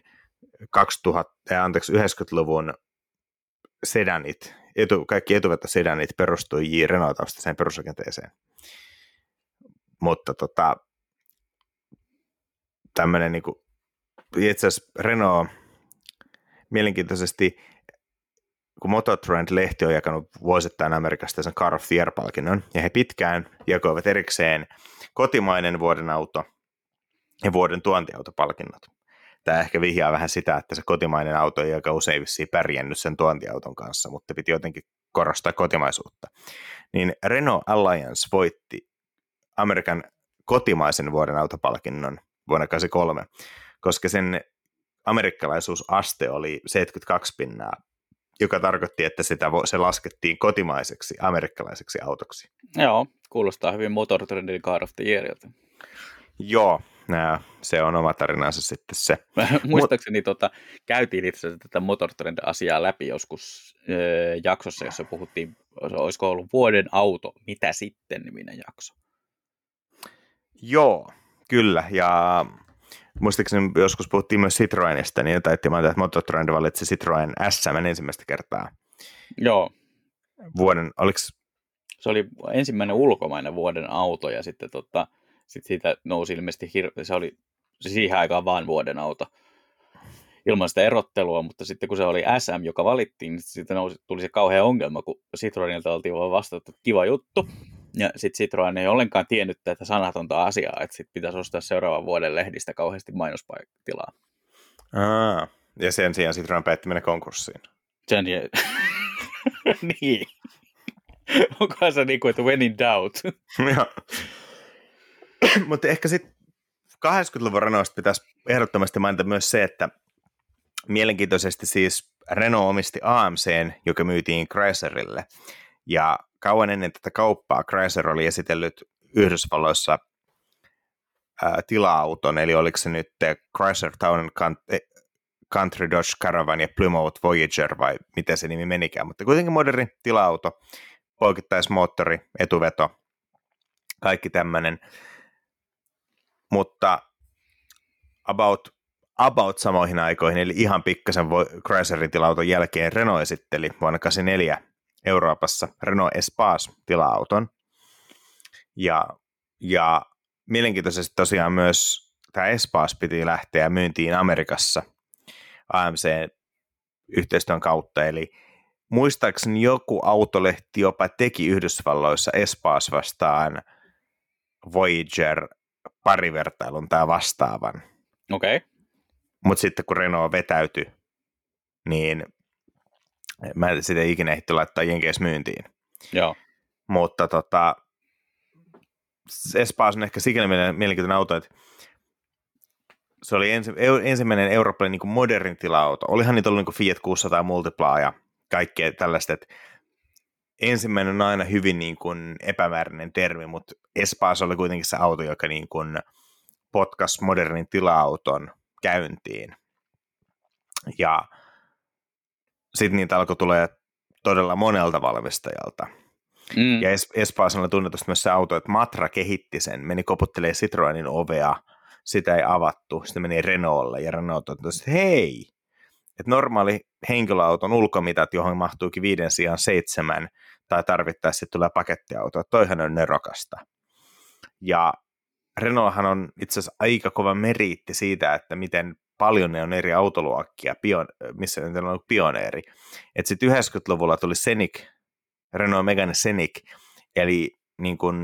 90-luvun sedanit, kaikki etuvetosedanit perustui Renault-taustaiseen perusrakenteeseen. Mutta tämmöinen niin itse asiassa Renault mielenkiintoisesti, kun Mototrend-lehti on jakanut vuosittain Amerikasta sen Car of the Year-palkinnon, ja he pitkään jakoivat erikseen kotimainen vuoden auto ja vuoden tuontiautopalkinnot. Tämä ehkä vihjaa vähän sitä, että se kotimainen auto ei aika usein vissiin pärjännyt sen tuontiauton kanssa, mutta piti jotenkin korostaa kotimaisuutta. Niin Renault Alliance voitti Amerikan kotimaisen vuoden autopalkinnon vuonna 1983, koska sen amerikkalaisuusaste oli 72%, joka tarkoitti, että se laskettiin kotimaiseksi amerikkalaiseksi autoksi. Joo, kuulostaa hyvin Motortrendin Car of the Yearilta. Joo, se on oma tarinansa sitten se. Muistaakseni käytiin itse asiassa tätä Motortrend-asiaa läpi joskus jaksossa, jossa puhuttiin, olisiko ollut vuoden auto, mitä sitten niminen jakso. Joo, kyllä, ja muistaakseni joskus puhuttiin myös Citroenista, niin taittiin mainita, että Motortrend valitsi Citroen SM ensimmäistä kertaa. Joo. Se oli ensimmäinen ulkomainen vuoden auto, ja sitten sit siitä nousi ilmeisesti, se oli siihen aikaan vaan vuoden auto ilman sitä erottelua, mutta sitten kun se oli SM, joka valittiin, niin siitä tuli se kauhea ongelma, kun Citroenilta oltiin vaan vastattu, että kiva juttu, ja sitten Citroen ei ollenkaan tiennyt tätä sanatonta asiaa, että sitten pitäisi ostaa seuraavan vuoden lehdistä kauheasti mainostilaa. Ja sen sijaan Citroen päätti mennä konkurssiin. Niin. Onkohan se niin kuin, että when in doubt? Mutta ehkä sitten 80-luvun Renaultista pitäisi ehdottomasti mainita myös se, että mielenkiintoisesti siis Renault omisti AMCn, joka myytiin Chryslerille. Ja kauan ennen tätä kauppaa Chrysler oli esitellyt Yhdysvalloissa tila-auton, eli oliko se nyt Chrysler Town Country Dodge Caravan ja Plymouth Voyager, vai miten se nimi menikään, mutta kuitenkin moderni tila-auto, poikittaismoottori, etuveto, kaikki tämmöinen. Mutta about samoihin aikoihin, eli ihan pikkasen Chryslerin tila-auton jälkeen Renault esitteli vuonna 1984 Euroopassa Renault Espace tila-auton. Ja mielenkiintoisesti tosiaan myös tämä Espace piti lähteä myyntiin Amerikassa AMC-yhteistyön kautta, eli muistaakseni joku autolehti jopa teki Yhdysvalloissa Espace vastaan Voyager parivertailun tai vastaavan. Okei. Okay. Mutta sitten kun Renault vetäytyi, niin mä en sitä ikinä ehti laittaa Jenkeissä myyntiin. Joo. Mutta Espace on ehkä sikäli mielenkiintoinen auto, että se oli ensimmäinen eurooppalainen niin kuin moderni tila-auto. Olihan niitä ollut niin kuin Fiat 600 Multipla ja kaikkea tällaista, että ensimmäinen on aina hyvin niin kuin epämääräinen termi, mutta Espace oli kuitenkin se auto, joka niin kuin potkasi modernin tila-auton käyntiin. Ja sitten niitä alkoi tulee todella monelta valmistajalta. Ja Espacella on tunnetusti myös se auto, että Matra kehitti sen, meni koputtelemaan Citroenin ovea, sitä ei avattu, sitten meni Renaultlle, ja Renault totesi, että hei, että normaali henkilöauton ulkomitat, johon mahtuukin 5 sijaan 7, tai tarvittaessa tulee pakettiauto, että toihan on nerokasta. Ja Renaulthan on itse asiassa aika kova meriitti siitä, että miten paljon ne on eri autoluokkia, missä ne on ollut pioneeri. Että sitten 90-luvulla tuli Scenic, Renault Megane Scenic, eli niin kuin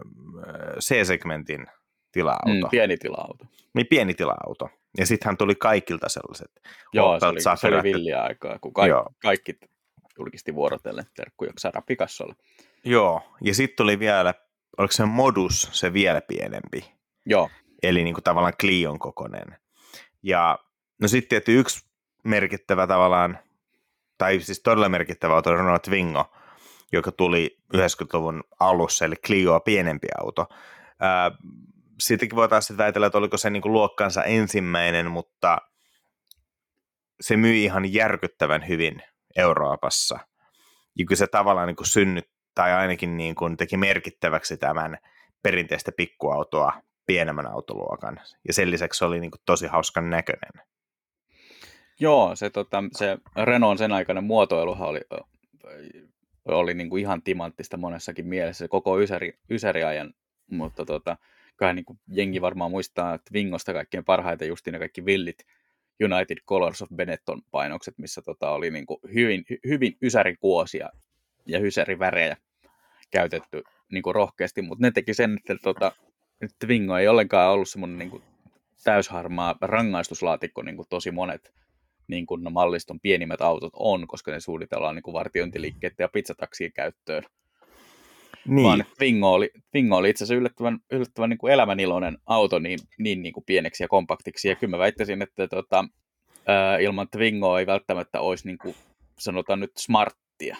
C-segmentin tila-auto. Pieni tila-auto. Niin pieni tila-auto. Ja sittenhän tuli kaikilta sellaiset. Joo, se oli villiä aikaa, kun kaikki julkisti vuorotellen terkkuja Sara Picassolle. Joo, ja sitten tuli vielä, oliko se Modus, se vielä pienempi. Joo. Eli niin kuin tavallaan Clion kokoinen. Ja no sitten tietysti yksi merkittävä tavallaan, tai siis todella merkittävä auto on Renault Twingo, joka tuli 90-luvun alussa, eli Clio pienempi auto. Siitäkin voitaisiin väitellä, että oliko se niin kuin luokkansa ensimmäinen, mutta se myi ihan järkyttävän hyvin Euroopassa. Ja kyllä se tavallaan niin kuin synnytti, tai ainakin niin kuin teki merkittäväksi tämän perinteistä pikkuautoa pienemmän autoluokan. Ja sen lisäksi se oli niin kuin tosi hauskan näköinen. Joo, se Renaultin sen aikainen muotoiluhan oli niin kuin ihan timanttista monessakin mielessä, se koko ysäriajan, mutta kyllähän niin kuin jengi varmaan muistaa Twingosta kaikkein parhaiten justiin ne kaikki villit United Colors of Benetton -painokset, missä oli niin kuin hyvin ysärikuosia ja ysärivärejä käytetty niin kuin rohkeasti, mutta ne teki sen, että Twingo ei ollenkaan ollut semmoinen niin kuin täysharmaa rangaistuslaatikko, niin kuin tosi monet niin kuin malliston pienimmät autot on, koska ne suunnitellaan niin kuin vartiointiliikkeiden ja pizzataksien käyttöön. Niin. Vaan Twingo oli itse asiassa yllättävän niin kuin elämäniloinen auto niin kuin pieneksi ja kompaktiksi. Ja kyllä mä väittäisin, että ilman Twingoa ei välttämättä olisi niin kuin, sanotaan nyt smarttia.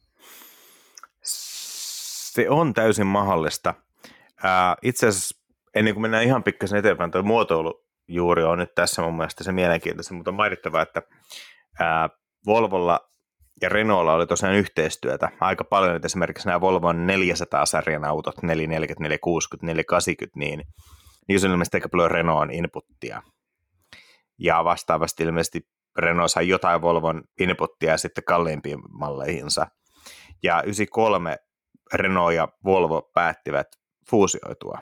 Se on täysin mahdollista. Itse asiassa ennen kuin mennään ihan pikkasen eteenpäin, tuo muotoilu juuri on nyt tässä mun mielestä se mielenkiintoista, mutta on mainittava, että Volvolla ja Renaultlla oli tosiaan yhteistyötä aika paljon, että esimerkiksi nämä Volvon 400-sarjan autot, 440, 460, 480, niin niissä on ilmeisesti aika paljon Renaultin inputtia. Ja vastaavasti ilmeisesti Renault sai jotain Volvon inputtia sitten kalliimpiin malleihinsa. Ja 93 Renault ja Volvo päättivät fuusioitua.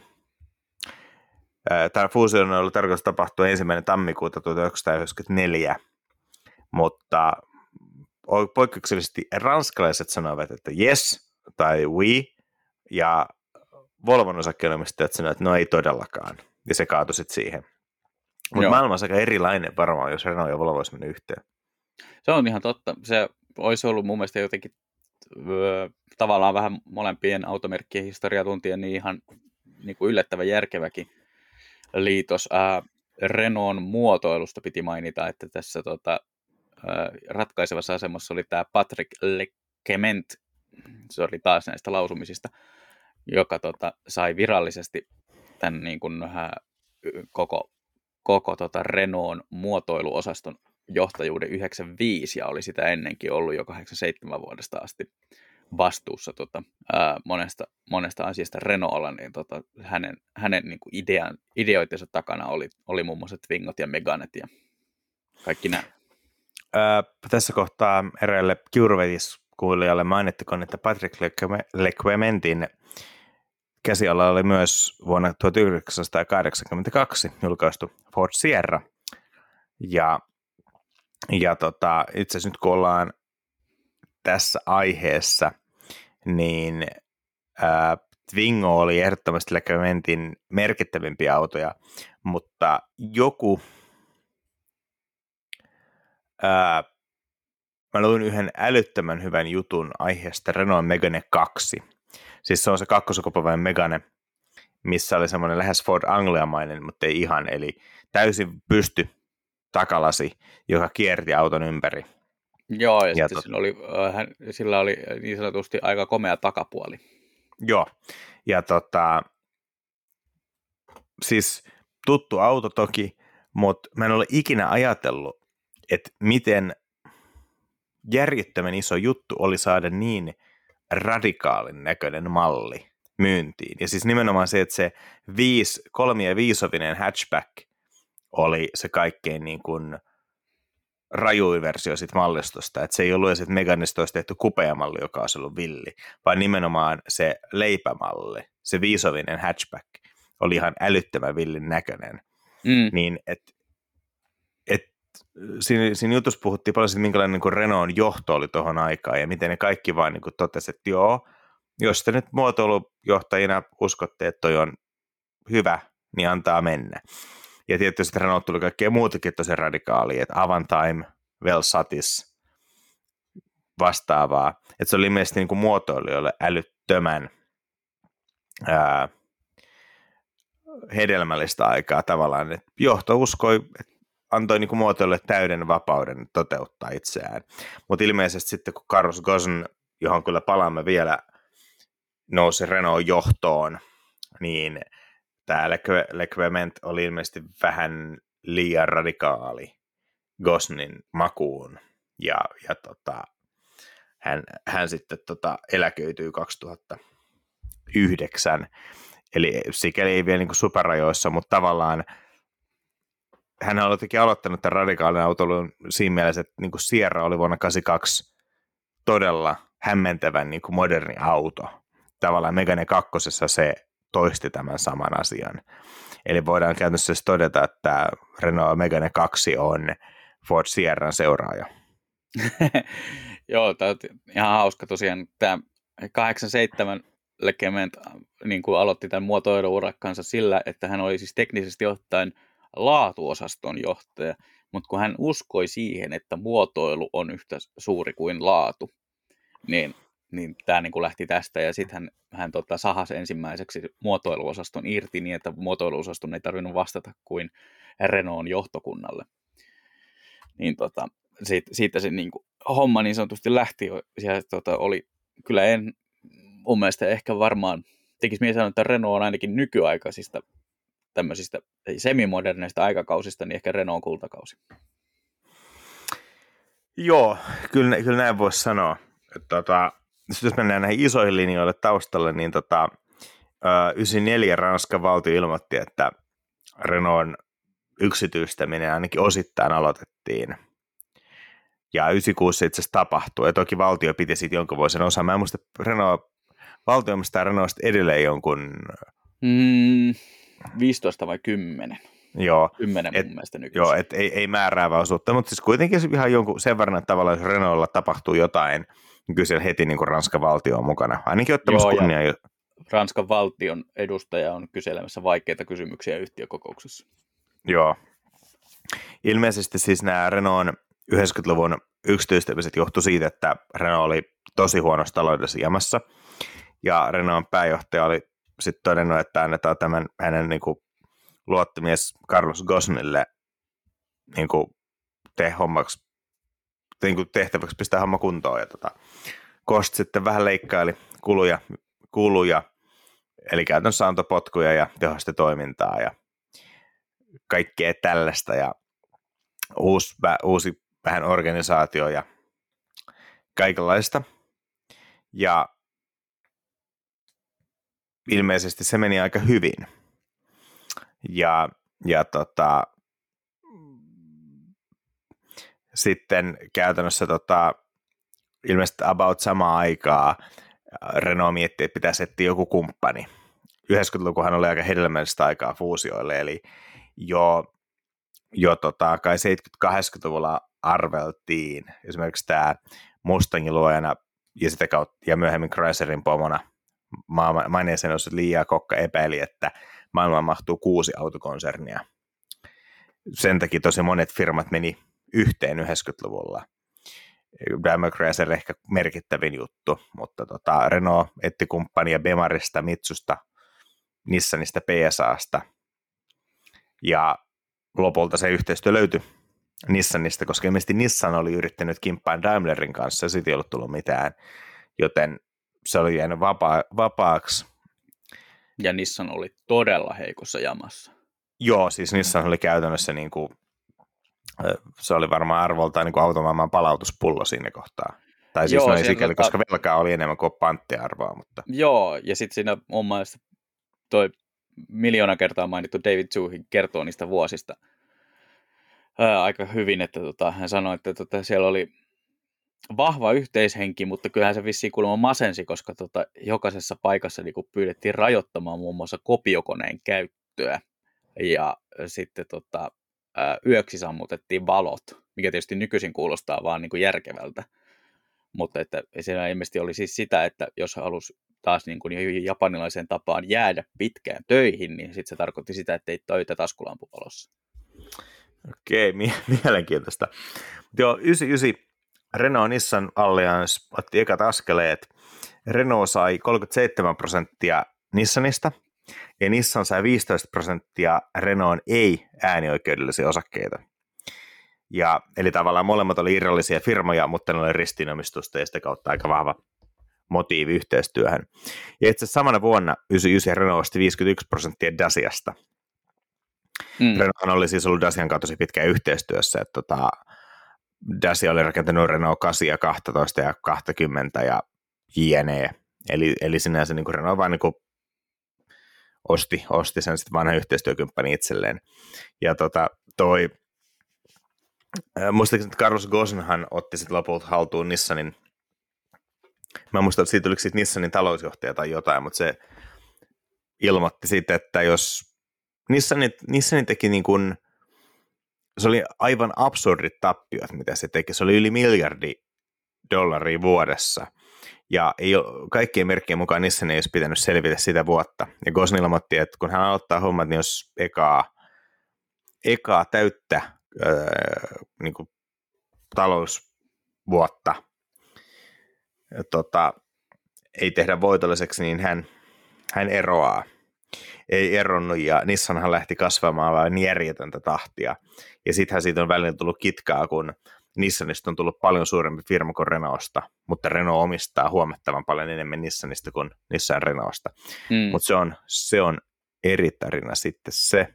Tämä fuusio on ollut tarkoitus tapahtua 1. tammikuuta 1994, mutta poikkeuksellisesti ranskalaiset sanoivat, että yes tai oui, ja Volvon osakkeenomistajat sanoivat, että no ei todellakaan, ja se kaatui sitten siihen. Mutta maailma on aika erilainen varmaan, jos Renault ja Volvo olisi mennyt yhteen. Se on ihan totta. Se olisi ollut mun mielestä jotenkin tavallaan vähän molempien automerkkien historiaa tuntien niin ihan niin kuin yllättävän järkeväkin liitos. Renaultin muotoilusta piti mainita, että tässä ratkaisevassa asemassa oli tämä Patrick Leclement, se oli taas näistä lausumisista, joka sai virallisesti tämän niin kuin, koko Renaultin muotoiluosaston johtajuuden 95 ja oli sitä ennenkin ollut jo 87 vuodesta asti vastuussa monesta asiasta Renaultlla, niin hänen niin kuin ideoitensa takana oli muun muassa Twingot ja Meganet ja kaikki nämä. Tässä kohtaa eräille Curvetis-kuulijalle mainittakoon, että Patrick Leclementin käsiala oli myös vuonna 1982 julkaistu Ford Sierra. Ja itse asiassa nyt kun ollaan tässä aiheessa, niin Twingo oli ehdottomasti Leclementin merkittävimpiä autoja, mutta joku mä luin yhden älyttömän hyvän jutun aiheesta Renault Megane 2. Siis se on se kakkosukupolven Megane, missä oli semmoinen lähes Ford Anglia-mainen, mutta ei ihan, eli täysin pysty takalasi, joka kierti auton ympäri. Joo, ja sitten sillä oli niin sanotusti aika komea takapuoli. Joo, ja siis tuttu auto toki, mutta mä en ole ikinä ajatellut, että miten järjettömän iso juttu oli saada niin radikaalin näköinen malli myyntiin. Ja siis nimenomaan se, että se 3- ja 5-ovinen hatchback oli se kaikkein niin kuin rajuin versio siitä mallistosta. Että se ei ollut edes, että Meganesta olisi tehty kupea-malli, joka olisi ollut villi, vaan nimenomaan se leipämalli, se 5-ovinen hatchback oli ihan älyttömän villin näköinen. Niin, siinä jutussa puhuttiin paljon siitä, minkälainen niin kuin Renaultin johto oli tuohon aikaan ja miten ne kaikki vaan niin totesivat, että joo, jos te nyt muotoilujohtajina uskotte, että toi on hyvä, niin antaa mennä. Ja tietysti Renault tuli kaikkea muutakin tosi radikaalia, että Avantime, Velsatis, vastaavaa. Että se oli ilmeisesti niin kuin muotoilijoille älyttömän hedelmällistä aikaa tavallaan, että johto uskoi, että antoi niin kuin muotoilijoille täyden vapauden toteuttaa itseään. Mutta ilmeisesti sitten, kun Carlos Ghosn, johon kyllä palaamme vielä, nousi Renault johtoon, niin tämä Leclement oli ilmeisesti vähän liian radikaali Ghosnin makuun, ja hän sitten eläköityi 2009, eli sikäli ei vielä niin kuin superrajoissa, mutta tavallaan hän oli jotenkin aloittanut tämän radikaalin autoilun siinä mielessä, että niin kuin Sierra oli vuonna 1982 todella hämmentävän niin kuin moderni auto. Tavallaan Megane 2 se toisti tämän saman asian. Eli voidaan käytännössä todeta, että Renault Megane 2 on Ford Sierran seuraaja. Joo, tämä on ihan hauska tosiaan. Tämä 87 Leclement niin kuin aloitti tämän muotoilu-urakkansa sillä, että hän oli siis teknisesti ottaen laatuosaston johtaja, mutta kun hän uskoi siihen, että muotoilu on yhtä suuri kuin laatu, niin tämä niin kuin lähti tästä, ja sitten hän sahasi ensimmäiseksi muotoiluosaston irti niin, että muotoiluosaston ei tarvinnut vastata kuin Renaultin johtokunnalle. Niin siitä se niin kuin homma niin sanotusti lähti, ja oli kyllä mun mielestä ehkä varmaan tekisi mies sanoa, että Renault on ainakin nykyaikaisista tämmöisistä semimoderneista aikakausista, niin ehkä Renault kultakausi. Joo, kyllä näin voisi sanoa. Jos mennään näihin isoihin linjoille taustalle, niin 94 Ranskan valtio ilmoitti, että Renaultin yksityistäminen ainakin osittain aloitettiin. Ja 96 se itse asiassa tapahtui. Ja toki valtio piti siitä jonkun vuosien osaa. Mä en muista, valtio omistaa Renaultista edelleen jonkun... 15 vai 10? Joo. 10 mun mielestä nykyisin. Joo, että ei määräävää osuutta, mutta siis kuitenkin ihan jonkun sen verran, että tavallaan jos Renaultilla tapahtuu jotain, niin kyllä siellä heti niin kuin Ranskan valtio on mukana. Ainakin ottamassa kunniaa. Ranskan valtion edustaja on kyselemässä vaikeita kysymyksiä yhtiökokouksessa. Joo. Ilmeisesti siis nämä Renaultin 90-luvun yksityistämiset johtui siitä, että Renault oli tosi huonossa taloudellisessa jamassa, ja Renaultin pääjohtaja oli sitten todennut, että annetaan tämän hänen niin kuin luottomies Carlos Ghosnille niin kuin tehtäväksi pistää homma kuntoon, ja Ghost sitten vähän leikkaili kuluja, eli käytännössä antoi potkuja ja tehosti toimintaa ja kaikkea tällaista, ja uusi vähän organisaatio ja kaikenlaista. Ja ilmeisesti se meni aika hyvin. Ja sitten käytännössä ilmeisesti about samaan aikaa Renault mietti, että pitäisi etsiä joku kumppani. 90-lukuhan oli aika hedelmällistä aikaa fuusioille, eli jo kai 70-80-luvulla arveltiin esimerkiksi tämä Mustangin luojana ja sitä kautta ja myöhemmin Chryslerin pomona maineeseen osa Lia Kokka epäili, että maailmaan mahtuu 6 autokonsernia. Sen takia tosi monet firmat meni yhteen 90-luvulla. Daimler Chrysler ehkä merkittävin juttu, mutta Renault etti kumppania Bemarista, Mitsusta, Nissanista, PSAsta, ja lopulta se yhteistyö löytyi Nissanista, koska ilmeisesti Nissan oli yrittänyt kimppaan Daimlerin kanssa, ja siitä ei ollut tullut mitään, joten se oli jäänyt vapaaksi. Ja Nissan oli todella heikossa jamassa. Joo, siis Nissan oli käytännössä, niin kuin, se oli varmaan arvoltaan niin kuin automaailman palautuspullo siinä kohtaa. Tai siis ei sikäli, koska velkaa oli enemmän kuin panttiarvoa. Mutta... Joo, ja sitten siinä mun mielestä toi 1,000,000 kertaa mainittu David Zhuhi kertoo niistä vuosista aika hyvin, että hän sanoi, että siellä oli vahva yhteishenki, mutta kyllähän se vissiin kuulemma masensi, koska jokaisessa paikassa niin pyydettiin rajoittamaan muun muassa kopiokoneen käyttöä, ja sitten yöksi sammutettiin valot, mikä tietysti nykyisin kuulostaa vaan niin kuin järkevältä, mutta että siinä ilmeisesti oli siis sitä, että jos halusi taas niin kuin japanilaiseen tapaan jäädä pitkään töihin, niin sitten se tarkoitti sitä, että ei töitä taskulampuvalossa. Okei, mielenkiintoista. Joo, 99 Renault-Nissan Alliance otti ekat askeleet. Renault sai 37% Nissanista, ja Nissan sai 15% Renaultin ei-äänioikeudellisia osakkeita. Ja, eli tavallaan molemmat oli irrallisia firmoja, mutta ne oli ristiinomistusta ja sitä kautta aika vahva motiivi yhteistyöhön. Ja itse asiassa samana vuonna 99 Renault osti 51% Daciasta. Renault oli siis ollut Dacian kanssa tosi pitkään yhteistyössä, että Dacia oli rakentanut Renault 8 ja 12 ja 20 ja jne. Eli sinänsä niin kuin Renault vaan niin kuin osti sen sitten vanhan yhteistyökumppani itselleen. Ja muistaakseni, että Carlos Ghosnhan otti sitten lopulta haltuun Nissanin. Mä muistan, että siitä oliko sitten Nissanin talousjohtaja tai jotain, mutta se ilmoitti sitten, että jos Nissanin teki niin kuin, se oli aivan absurdit tappiot, mitä se teki. Se oli yli $1 miljardia vuodessa. Ja kaikkien merkkien mukaan Nissan ei olisi pitänyt selvitä sitä vuotta. Ja Ghosn ilmoitti, että kun hän aloittaa hommat, niin jos ekaa täyttä niin kuin talousvuotta ei tehdä voitolliseksi, niin hän eroaa. Ei eronnut, ja Nissanhan lähti kasvamaan vain järjetöntä tahtia. Ja sittenhän siitä on välillä tullut kitkaa, kun Nissanista on tullut paljon suurempi firma kuin Renaultsta, mutta Renault omistaa huomattavan paljon enemmän Nissanista kuin Nissan Renaultsta. Mutta se on eri tarina sitten se.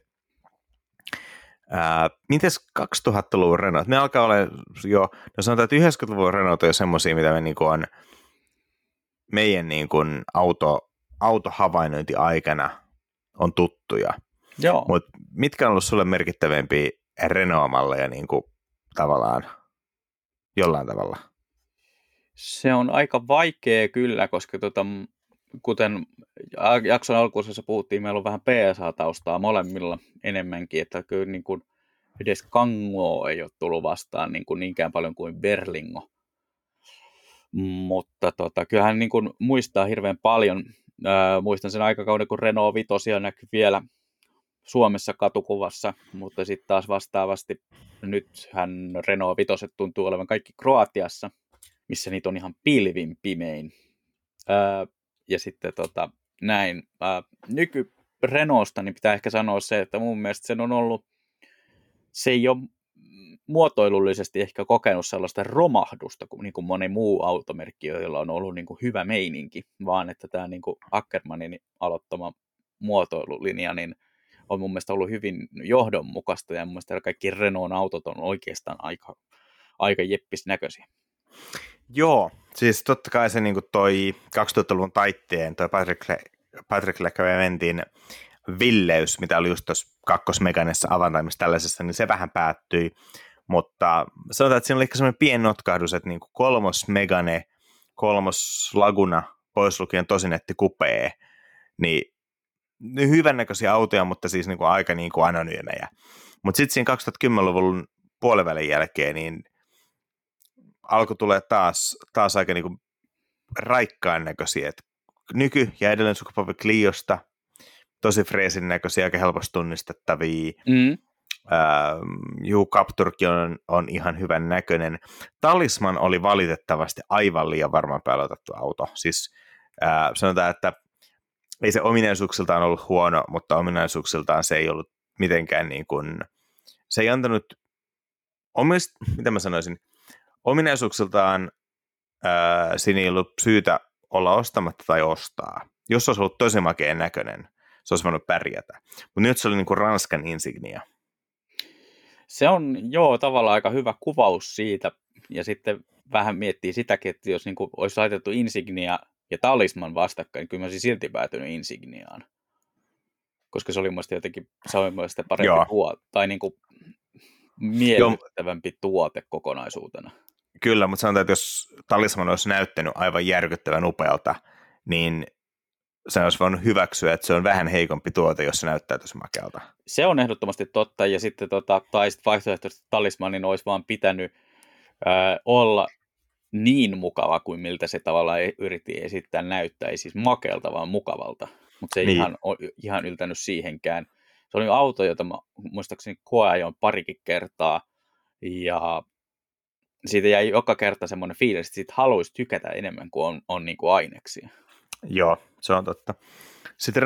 Mites 2000-luvun Renault? Ne alkaa olla jo, no sanotaan, että 90-luvun Renault on jo semmoisia, mitä me niin kuin on meidän niin kuin autohavainnointi-aikana on tuttuja. Joo. Mutta mitkä on ollut sulle merkittävämpiä Renault-malleja niin kuin tavallaan jollain tavalla? Se on aika vaikea kyllä, koska kuten jakson alkuosassa puhuttiin, meillä on vähän PSA-taustaa molemmilla enemmänkin, että kyllä niin kuin edes Kangoo ei ole tullut vastaan niin kuin niinkään paljon kuin Berlingo. Mutta kyllähän niin kuin muistaa hirveän paljon. Muistan sen aikakauden, kun Renault 5 näkyi vielä Suomessa katukuvassa, mutta sitten taas vastaavasti nythän Renault 5 tuntuu olevan kaikki Kroatiassa, missä niitä on ihan pilvin pimein. Ja sitten näin. Nyky-Renaultsta niin pitää ehkä sanoa se, että mun mielestä sen on ollut, se ei ole muotoilullisesti ehkä kokenut sellaista romahdusta kuin, moni muu automerkki, jolla on ollut niin kuin hyvä meininki, vaan että tämä niin kuin Ackermanin aloittama muotoilulinja niin on mun mielestä ollut hyvin johdonmukaista, ja mun mielestä kaikki Renault autot on oikeastaan aika jeppis näköisiä. Joo, siis totta kai se niin kuin toi 2000-luvun taitteen, toi Patrick Leclercin villeys, mitä oli just tuossa kakkosmekanissa avantaimissa tällaisessa, niin se vähän päättyi, mutta sanotaan, että siinä oli ehkä semmoinen pieni notkahdus, että niin kuin 3. Megane, 3. Laguna, pois lukien tosinetti kupee, niin hyvännäköisiä autoja, mutta siis niin kuin aika niin kuin anonyymejä. Mutta sitten siinä 2010-luvun puolivälin jälkeen, niin alkoi tulee taas aika niin kuin raikkaan näköisiä, että nyky- ja edellinen sukupolvi Cliosta, tosi freesin näköisiä, aika helposti tunnistettavia. Capturkin on ihan hyvän näköinen. Talisman oli valitettavasti aivan liian varman päällä otettu auto. Siis sanotaan, että ei se ominaisuuksiltaan ollut huono, mutta ominaisuuksiltaan se ei ollut mitenkään niin kuin, se ei antanut, mitä mä sanoisin, ominaisuuksiltaan siinä ei ollut syytä olla ostamatta tai ostaa. Jos se olisi ollut tosi makeen näköinen, se olisi voinut pärjätä. Mutta nyt se oli niin kuin Ranskan Insignia. Se on tavallaan aika hyvä kuvaus siitä, ja sitten vähän miettii sitäkin, että jos niin kuin olisi laitettu Insignia ja Talisman vastakkain, niin kyllä mä olisin silti päätynyt Insigniaan. Koska se oli mielestäni jotenkin parempi tuote, tai niin kuin miellyttävämpi tuote kokonaisuutena. Kyllä, mutta sanotaan, että jos Talisman olisi näyttänyt aivan järkyttävän upealta, niin se olisi voinut hyväksyä, että se on vähän heikompi tuote, jos se näyttää tosi makealta. Se on ehdottomasti totta, ja sitten tai sitten vaihtoehtoisesti Talismanin olisi vaan pitänyt olla niin mukava kuin miltä se tavallaan yritti esittää näyttää, ei siis makealta, vaan mukavalta, mutta se ei ihan yltänyt siihenkään. Se oli auto, jota mä muistaakseni koeajoin parikin kertaa, ja siitä jäi joka kerta semmoinen fiilis, että siitä haluaisi tykätä enemmän kuin on niin kuin aineksia. Joo, se on totta. Sitten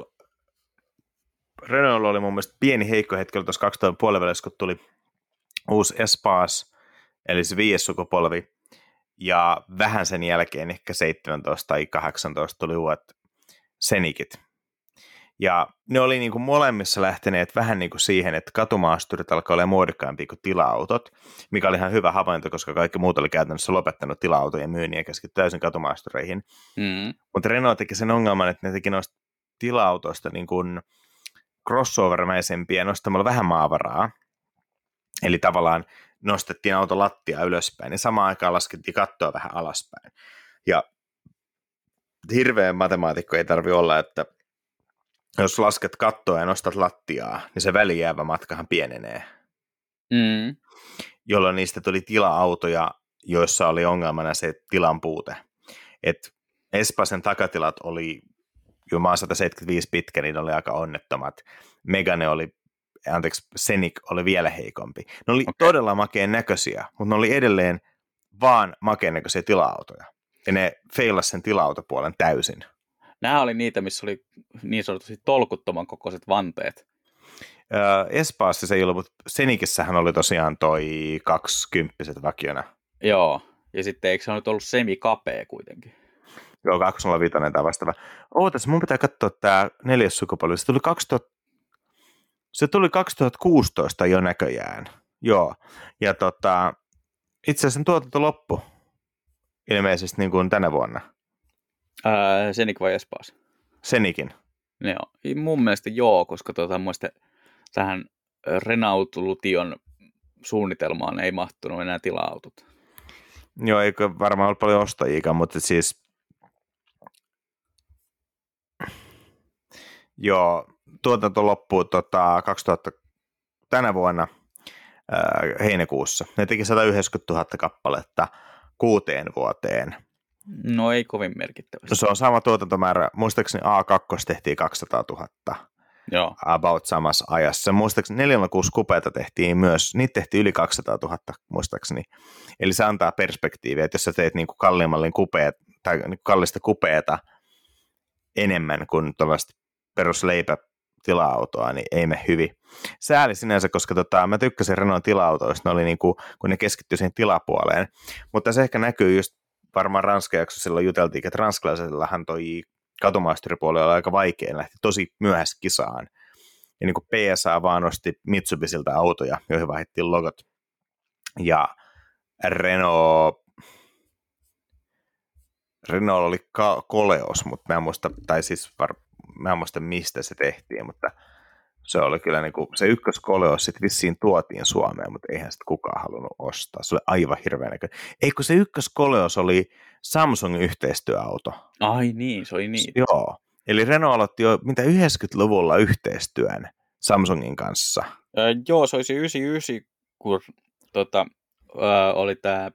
Renault oli mun mielestä pieni heikko hetki tuossa 2000 puolivälissä, kun tuli uusi Espace, eli se 5. sukupolvi, ja vähän sen jälkeen, ehkä 17 tai 18, tuli uudet Scenicit. Ja ne oli niin kuin molemmissa lähteneet vähän niin kuin siihen, että katumaasturit alkoi olla muodikkaampia kuin tila-autot, mikä oli ihan hyvä havainto, koska kaikki muut oli käytännössä lopettanut tila-autojen myynnin ja keskitty täysin katumaastureihin. Mutta Renault teki sen ongelman, että ne teki noista tila-autoista niin kuin crossover-mäisempiä nostamalla vähän maavaraa. Eli tavallaan nostettiin auto lattia ylöspäin ja samaan aikaan laskettiin kattoa vähän alaspäin. Ja hirveän matemaatikko ei tarvitse olla, että jos lasket kattoa ja nostat lattiaa, niin se välijäävä matkahan pienenee. Jolloin niistä tuli tila-autoja, joissa oli ongelmana se tilan puute. Et Espacen takatilat oli jo maan 175 pitkä, niin oli aika onnettomat. Scenic oli vielä heikompi. Ne oli todella makeen näköisiä, mutta ne oli edelleen vaan makeen näköisiä tila-autoja. Ja ne feilasi sen tila-autopuolen täysin. Nämä oli niitä, missä oli niin sanotusti tolkuttoman kokoiset vanteet. Espaassa se ei ollut, mutta Scenikissähän oli tosiaan toi 20 vakiona. Joo, ja sitten eikö se nyt ollut semikapea kuitenkin? Joo, 205 tai vastaava. Ootas, mun pitää katsoa tämä 4. sukupolvi. Se tuli 2016 jo näköjään. Joo. Ja itse asiassa sen tuotanto loppui ilmeisesti niin kuin tänä vuonna. Scenic vai Espace? Scenicin. Joo, mun mielestä joo, koska tähän Renault Lution suunnitelmaan ei mahtunut enää tila-autot. Joo, eikö varmaan ole paljon ostajiakaan, mutta siis joo, tuotanto loppuu 2000 tänä vuonna heinäkuussa. Ne teki 190 000 kappaletta 6 vuoteen. No ei kovin merkittävästi. Se on sama tuotantomäärä. Muistaakseni A2 tehtiin 200 000. Joo. About samassa ajassa. Muistaakseni 406 kupeita tehtiin myös. Niitä tehtiin yli 200 000 muistaakseni. Eli se antaa perspektiiviä, että jos sä teet niinku kalliimmallin kupeet, tai niinku kallista kupeeta enemmän kuin tuollaista perusleipätila-autoa, niin ei mene hyvin. Sääli sinänsä, koska mä tykkäsin Renault tila-autoista, ne oli niinku, kun ne keskittyi siihen tilapuoleen. Mutta se ehkä näkyy just varmaan Ranskan jakso silloin juteltiin, että ranskalaisellahan toi katumaasturipuolella oli aika vaikea, lähti tosi myöhässä kisaan. Ja niin kuin PSA vaan nosti Mitsubisilta autoja, joihin vaihdettiin logot. Ja Renault oli Koleos, mutta mä en muista, mä en muista mistä se tehtiin, mutta se oli kyllä niin kuin, se ykköskoleos sitten vissiin tuotiin Suomeen, mutta eihän sitä kukaan halunnut ostaa. Se oli aivan hirveän näköinen. Eikö se ykköskoleos oli Samsungin yhteistyöauto? Ai niin, se oli niin. Joo, eli Renault aloitti jo 90-luvulla yhteistyön Samsungin kanssa. Joo, se olisi 99, kun oli tämä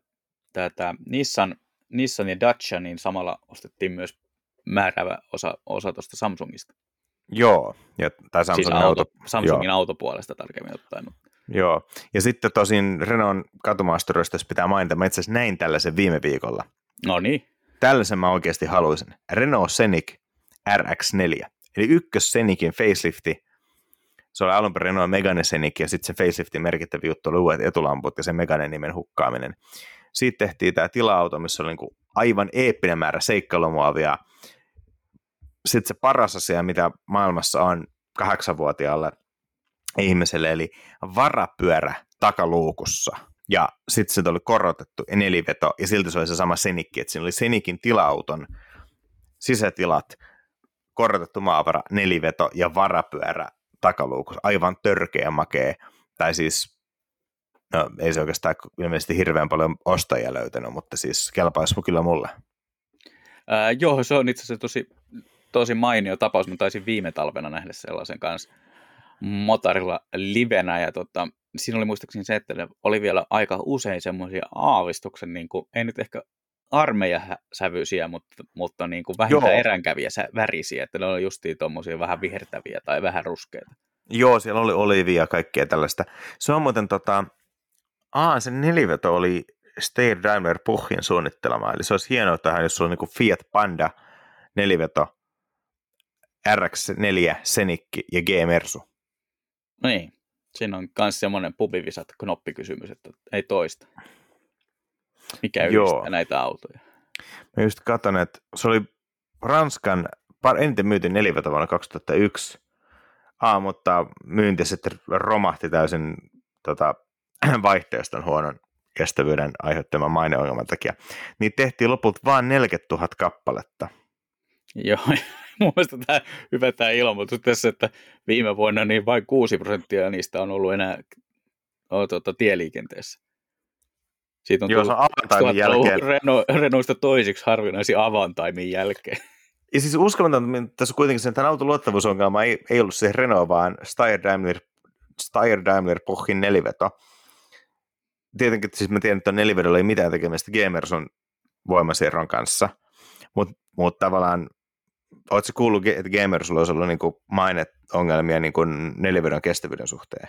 Nissan ja Dacia, niin samalla ostettiin myös määräävä osa tuosta Samsungista. Joo, tai Samsungin autopuolesta tarkemmin ottaen. Joo, ja sitten tosin Renault katumaasturoista, jos pitää mainita, mä itse asiassa näin tällaisen viime viikolla. No niin. Tällaisen mä oikeasti haluaisin. Renault Scenic RX4, eli ykkös Scenicin facelifti. Se oli alun perin Renault Megane Scenic, ja sitten se faceliftin merkittävä juttu oli uudet etulamput ja se Megane nimen hukkaaminen. Siitä tehtiin tämä tila-auto, missä oli niinku aivan eeppinen määrä seikkailumuovia. Sitten se paras asia, mitä maailmassa on 8-vuotiaalle ihmiselle, eli varapyörä takaluukussa. Ja sitten se oli korotettu neliveto, ja silti se oli se sama Senikki, että siinä oli Senikin tila-auton sisätilat, korotettu maavara, neliveto ja varapyörä takaluukussa. Aivan törkeä makea, tai siis, no ei se oikeastaan ilmeisesti hirveän paljon ostajia löytänyt, mutta siis kelpaisi kyllä mulle. Joo, se on itse asiassa tosi mainio tapaus. Mä taisin viime talvena nähdä sellaisen kanssa motorilla livenä, ja siinä oli muistaakseni se, että ne oli vielä aika usein semmoisia aavistuksen, niin kuin, ei nyt ehkä armeijasävyisiä, mutta niin kuin vähintään eränkäviä värisiä, että ne oli justiin tuommoisia vähän vihertäviä tai vähän ruskeita. Joo, siellä oli olivia ja kaikkea tällaista. Se on muuten se neliveto oli Steyr Daimler Puchin suunnittelema, eli se olisi hienoa tähän, jos sulla on niin Fiat Panda neliveto, RX4, Senikki ja G-Mersu. No niin, siinä on myös semmoinen pubivisat knoppikysymys, että ei toista. Mikä yhdistää näitä autoja? Mä just katson, että se oli Ranskan eniten myyty neliveto vuonna 2001, mutta myynti sitten romahti täysin vaihteiston huonon kestävyyden aiheuttaman maineongelman takia. Niin tehtiin lopulta vain 40 000 kappaletta. Joo, mun mielestä tämä hyvätään ilmoitus tässä, että viime vuonna niin vain 6% niistä on ollut enää tieliikenteessä. Siitä on tullut avantaimin jälkeen. Renaultista toisiksi harvinaisin avantaimin jälkeen. Ja siis uskomaton, tässä kuitenkin sen auton luottavuusongelma ei ollut se Renault, vaan Steyr Daimler Puchin neliveto. Tietenkin siis mä tiedän, että nelivedolla ei mitään tekemistä G-Mersun voimasiirron kanssa, mutta tavallaan ootko kuullut, että G-Mersulla olisi ollut niinku maineongelmia niinku nelivedon kestävyyden suhteen?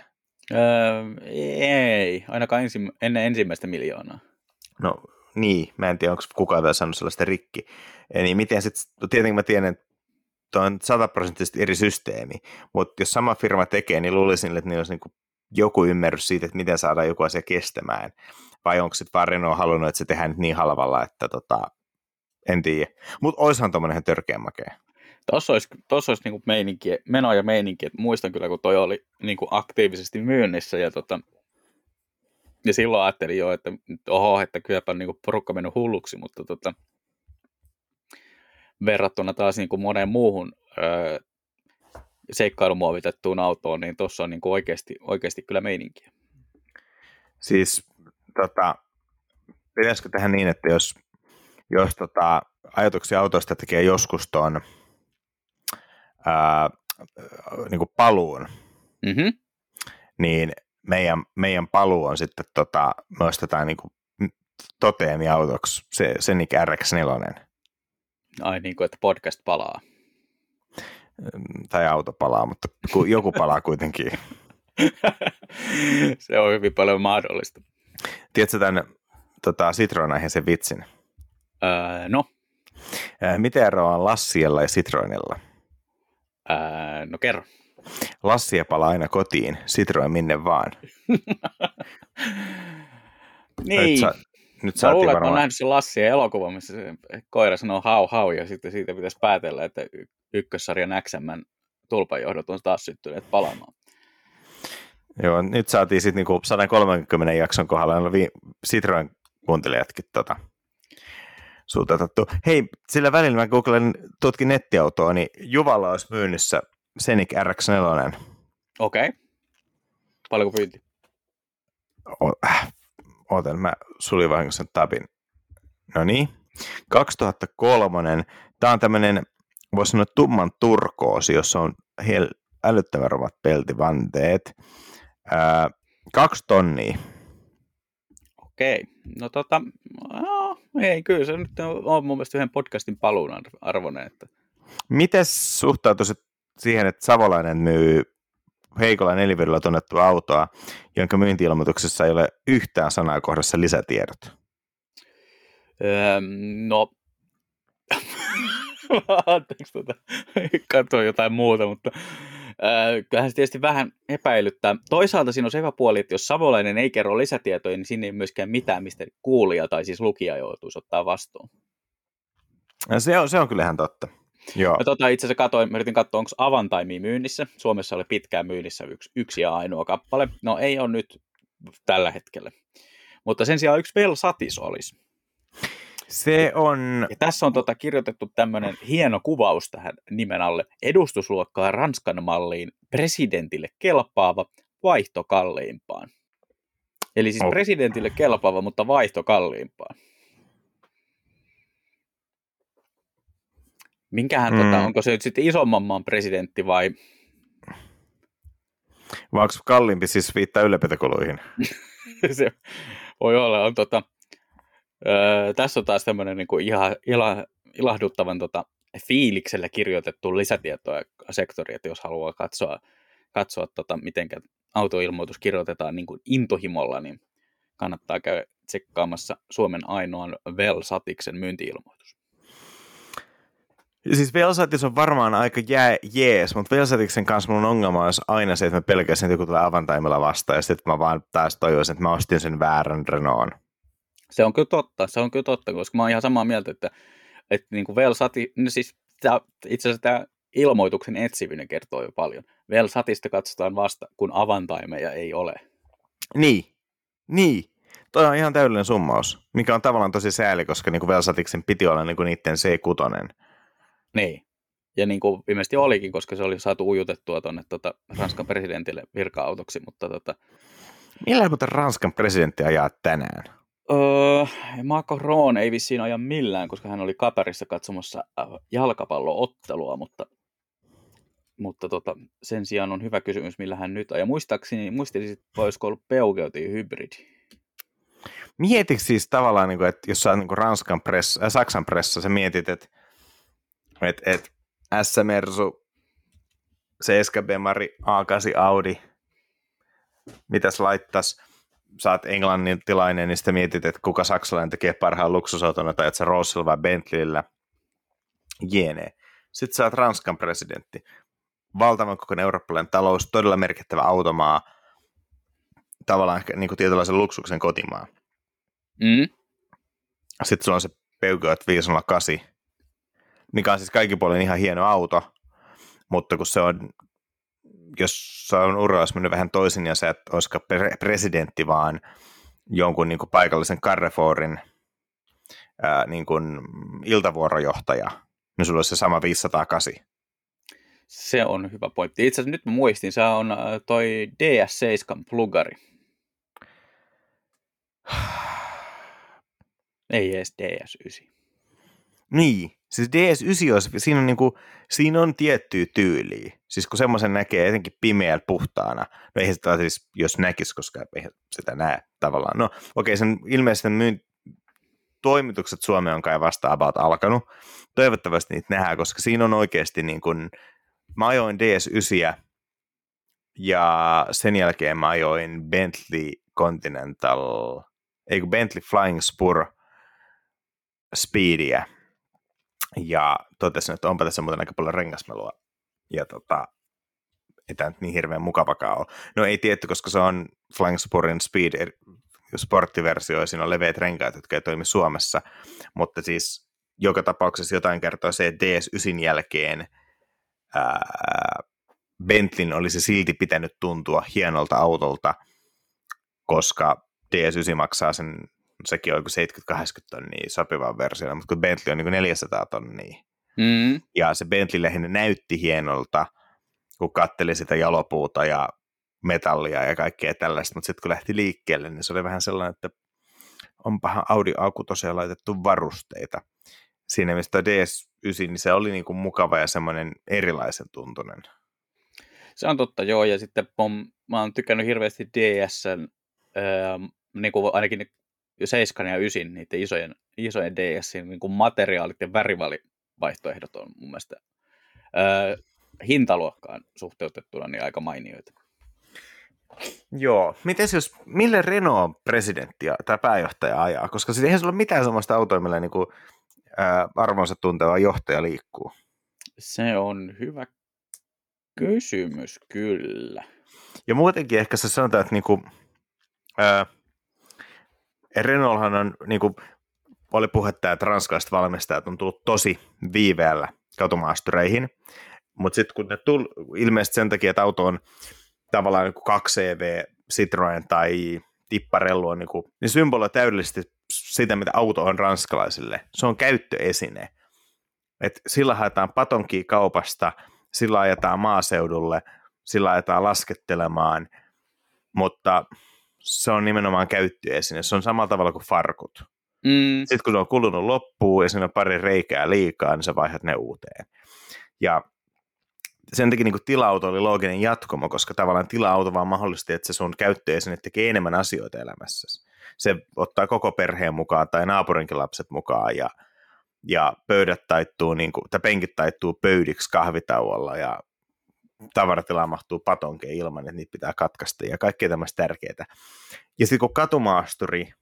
Ei, ainakaan ennen ensimmäistä miljoonaa. No niin, mä en tiedä, onko kukaan vielä saanut sellaista rikki. Niin miten sitten, tietenkin mä tiedän, että tuo on 100% eri systeemi, mutta jos sama firma tekee, niin luulisin, että niillä olisi niinku joku ymmärrys siitä, että miten saadaan joku asia kestämään. Vai onko sitten vaan Renault halunnut, että se tehdään nyt niin halvalla, että En tiedä. Mutta oishan tommonen ihan törkeän makea. Tossa olisi niinku meininki, meno ja meininki. Et muistan kyllä, kun toi oli niinku aktiivisesti myynnissä. Ja silloin ajattelin jo, että oho, että kylläpä niinku porukka mennyt hulluksi, mutta verrattuna taas niinku moneen muuhun seikkailumuovitettuun autoon, niin tuossa on niinku oikeasti kyllä meininkiä. Siis pitäisikö tehdä niin, että jos ajatuksia autoista tekee joskus tuon niin paluun, niin meidän paluu on sitten me ostetaan niin toteemiautoksi se Scenic RX4. Ai niin kuin, että podcast palaa. Tai auto palaa, mutta joku palaa kuitenkin. Se on hyvin paljon mahdollista. Tiedätkö tämän Citroen-aiheisen vitsin? No. Miten eroa on Lassiella ja Citroenilla? No kerro. Lassia palaa aina kotiin, Citroen minne vaan. Niin. Nyt mä luulen, varmaan... että mä oon nähnyt sen Lassia elokuvan, missä se koira sanoo hau, ja sitten siitä pitäisi päätellä, että ykkössarjan XM:n tulpanjohdot on taas syttyneet palaamaan. Joo, nyt saatiin sitten niinku 130 jakson kohdalla Citroen kuuntelijatkin suutettu. Hei, sillä välillä mä tutkin nettiautoa, niin Juvalla olisi myynnissä Scenic RX4. Okei. Paljonko pyynti? Ootan, mä sulin vahingossa tabin. No niin, 2003. Tämä on tämmöinen, voisi sanoa tumman turkoosi, jossa on älyttömän rumat peltivanteet. 2 tonnia. Okei. No ei, kyllä se nyt on mun mielestä yhden podcastin paluun arvoinen. Että... Mites suhtautuisit siihen, että Savolainen myy heikolla nelivedolla tunnettua autoa, jonka myynti-ilmoituksessa ei ole yhtään sanaa kohdassa lisätiedot? No, anteeksi, katsoin jotain muuta, mutta kyllähän se tietysti vähän epäilyttää. Toisaalta siinä on se hyvä puoli, että jos Savolainen ei kerro lisätietoja, niin siinä ei myöskään mitään, mistä kuulija tai siis lukija joutuisi ottaa vastuun. Se on kyllähän totta. Joo. Mä itse asiassa yritin katsoa, onko Avantaimia myynnissä. Suomessa oli pitkään myynnissä yksi ja ainoa kappale. No ei ole nyt tällä hetkellä. Mutta sen sijaan yksi Velsatis olisi. Se on... Ja tässä on kirjoitettu tämmöinen hieno kuvaus tähän nimen alle. Edustusluokkaa Ranskan malliin presidentille kelpaava vaihto kalliimpaan. Eli siis presidentille kelpaava, mutta vaihto kalliimpaan. Onko se nyt sitten isomman maan presidentti vai? Vai onko kalliimpi siis viittaa ylläpitokuluihin? Se voi olla. Tässä on taas tämmöinen niinku ilahduttavan fiiliksellä kirjoitettu lisätietoa sektori, että jos haluaa katsoa miten autoilmoitus kirjoitetaan niin kuin intohimolla, niin kannattaa käydä tsekkaamassa Suomen ainoan Velsatiksen myynti-ilmoitus. Siis Velsatis on varmaan aika jees, mutta Velsatiksen kanssa mun ongelma olisi aina se, että mä pelkäsin, että joku tulee Avantaimella vastaan, ja sitten mä vaan taas toivoisin, että mä ostin sen väärän Renaultin. Se on kyllä totta, koska mä oon ihan samaa mieltä, että niin kuin Velsati, no siis itse asiassa tämä ilmoituksen etsiminen kertoo jo paljon. Velsatista katsotaan vasta, kun Avantaimeja ei ole. Niin. Toi on ihan täydellinen summaus, mikä on tavallaan tosi sääli, koska niin Velsatiksen piti olla niin niiden C6. Niin, ja niin kuin ilmeisesti olikin, koska se oli saatu ujutettua tuonne Ranskan presidentille virka-autoksi, mutta Millä muuten Ranskan presidentti ajaa tänään? Macron ei vissiin aja millään, koska hän oli Katarissa katsomassa jalkapalloottelua, mutta sen sijaan on hyvä kysymys, millä hän nyt ajaa. Muistelisin, että olisiko ollut Peugeotin hybridi. Mietitko siis tavallaan, että jos sä oot Saksan pressa, sä mietit, että S-Mersu, 7 Bemari, A8 Audi, mitäs laittas? Sä oot englannintilainen, niin sitten mietit, että kuka saksalainen tekee parhaan luksusautona, tai että sä Rossilla vai Bentleyllä, jne. Sitten sä oot Ranskan presidentti. Valtavan kokoinen eurooppalainen talous, todella merkittävä automaa, tavallaan ehkä niin kuin tietynlaisen luksuksen kotimaa. Mm. Sitten sulla on se Peugeot 508, mikä on siis kaikin puolin ihan hieno auto, mutta kun se on, jos se on ura olisi mennyt vähän toisin ja sä et olisikaan presidentti, vaan jonkun niin kuin paikallisen Carrefourin niin kuin iltavuorojohtaja, niin sulla olisi se sama 508. Se on hyvä pointti. Itse asiassa nyt mä muistin, se on toi DS7 plugari. Ei edes DS9. Niin, siis DS9, siinä on tiettyä tyyliä. Siis kun semmoisen näkee etenkin pimeällä puhtaana, no eihän sitä siis, jos näkisi, koska eihän sitä näe tavallaan. No okei, sen ilmeisesti toimitukset Suomeen on kai vasta about alkanut. Toivottavasti niitä nähdään, koska siinä on oikeasti niin kuin, mä ajoin DS9 ja sen jälkeen mä ajoin Bentley Continental, Bentley Flying Spur Speedia. Ja totesin, että onpa tässä muuten aika paljon rengasmelua. Ja ei tämä nyt niin hirveän mukavakaan ole. No ei tietty, koska se on Flying Spurin Speed sporttiversio, ja siinä on leveät renkaat, jotka ei toimi Suomessa. Mutta siis joka tapauksessa jotain kertoo se, että DS9 jälkeen Bentleyn olisi silti pitänyt tuntua hienolta autolta, koska DS9 maksaa sekin on joku 70-80 tonnia sopivan version, mutta kun Bentley on niin kuin 400 tonnia. Mm. Ja se Bentley lähinnä näytti hienolta, kun katteli sitä jalopuuta ja metallia ja kaikkea tällaista, mutta sitten kun lähti liikkeelle, niin se oli vähän sellainen, että onpahan Audi A6 laitettu varusteita. Siinä missä tuo DS9, niin se oli niin kuin mukava ja semmoinen erilaisen tuntunen. Se on totta, joo, ja sitten mä oon tykännyt hirveästi DS:n, niin kuin ainakin 7 ja 9, niiden isojen DS:in niin kuin materiaalit ja värivalivaihtoehdot on mun mielestä hintaluokkaan suhteutettuna niin aika mainioita. Joo. Mille Renault presidenttiä tai pääjohtaja ajaa? Koska eihän sulla ole mitään sellaista autoa, millä niin kuin, arvonsa tunteva johtaja liikkuu. Se on hyvä kysymys, kyllä. Ja muutenkin ehkä se sanotaan, että niinku, Renaulthan on, niinku, oli puhetta, että ranskalaiset valmistajat on tullut tosi viiveellä katumaastureihin, mutta sitten kun ne ilmeisesti sen takia, että auto on tavallaan niinku 2CV Citroën tai Tipparellu on, niinku, niin symboloi täydellisesti sitä, mitä auto on ranskalaisille. Se on käyttöesine. Et sillä haetaan patonkia kaupasta, sillä ajetaan maaseudulle, sillä ajetaan laskettelemaan, mutta se on nimenomaan käyttöesine. Se on samalla tavalla kuin farkut. Sitten kun se on kulunut loppuun ja siinä on pari reikää liikaa, niin sä vaihdat ne uuteen. Ja sen takia niin tila-auto oli looginen jatkomo, koska tavallaan tila-auto vaan mahdollisti, että se sun käyttöesine tekee enemmän asioita elämässä. Se ottaa koko perheen mukaan tai naapurinkin lapset mukaan ja pöydät taittuu, tai penkit taittuu pöydiksi kahvitauolla ja tavaratila mahtuu patonkeen ilman, että niitä pitää katkaista ja kaikkea tämmöistä tärkeää. Ja sitten kun katumaasturi,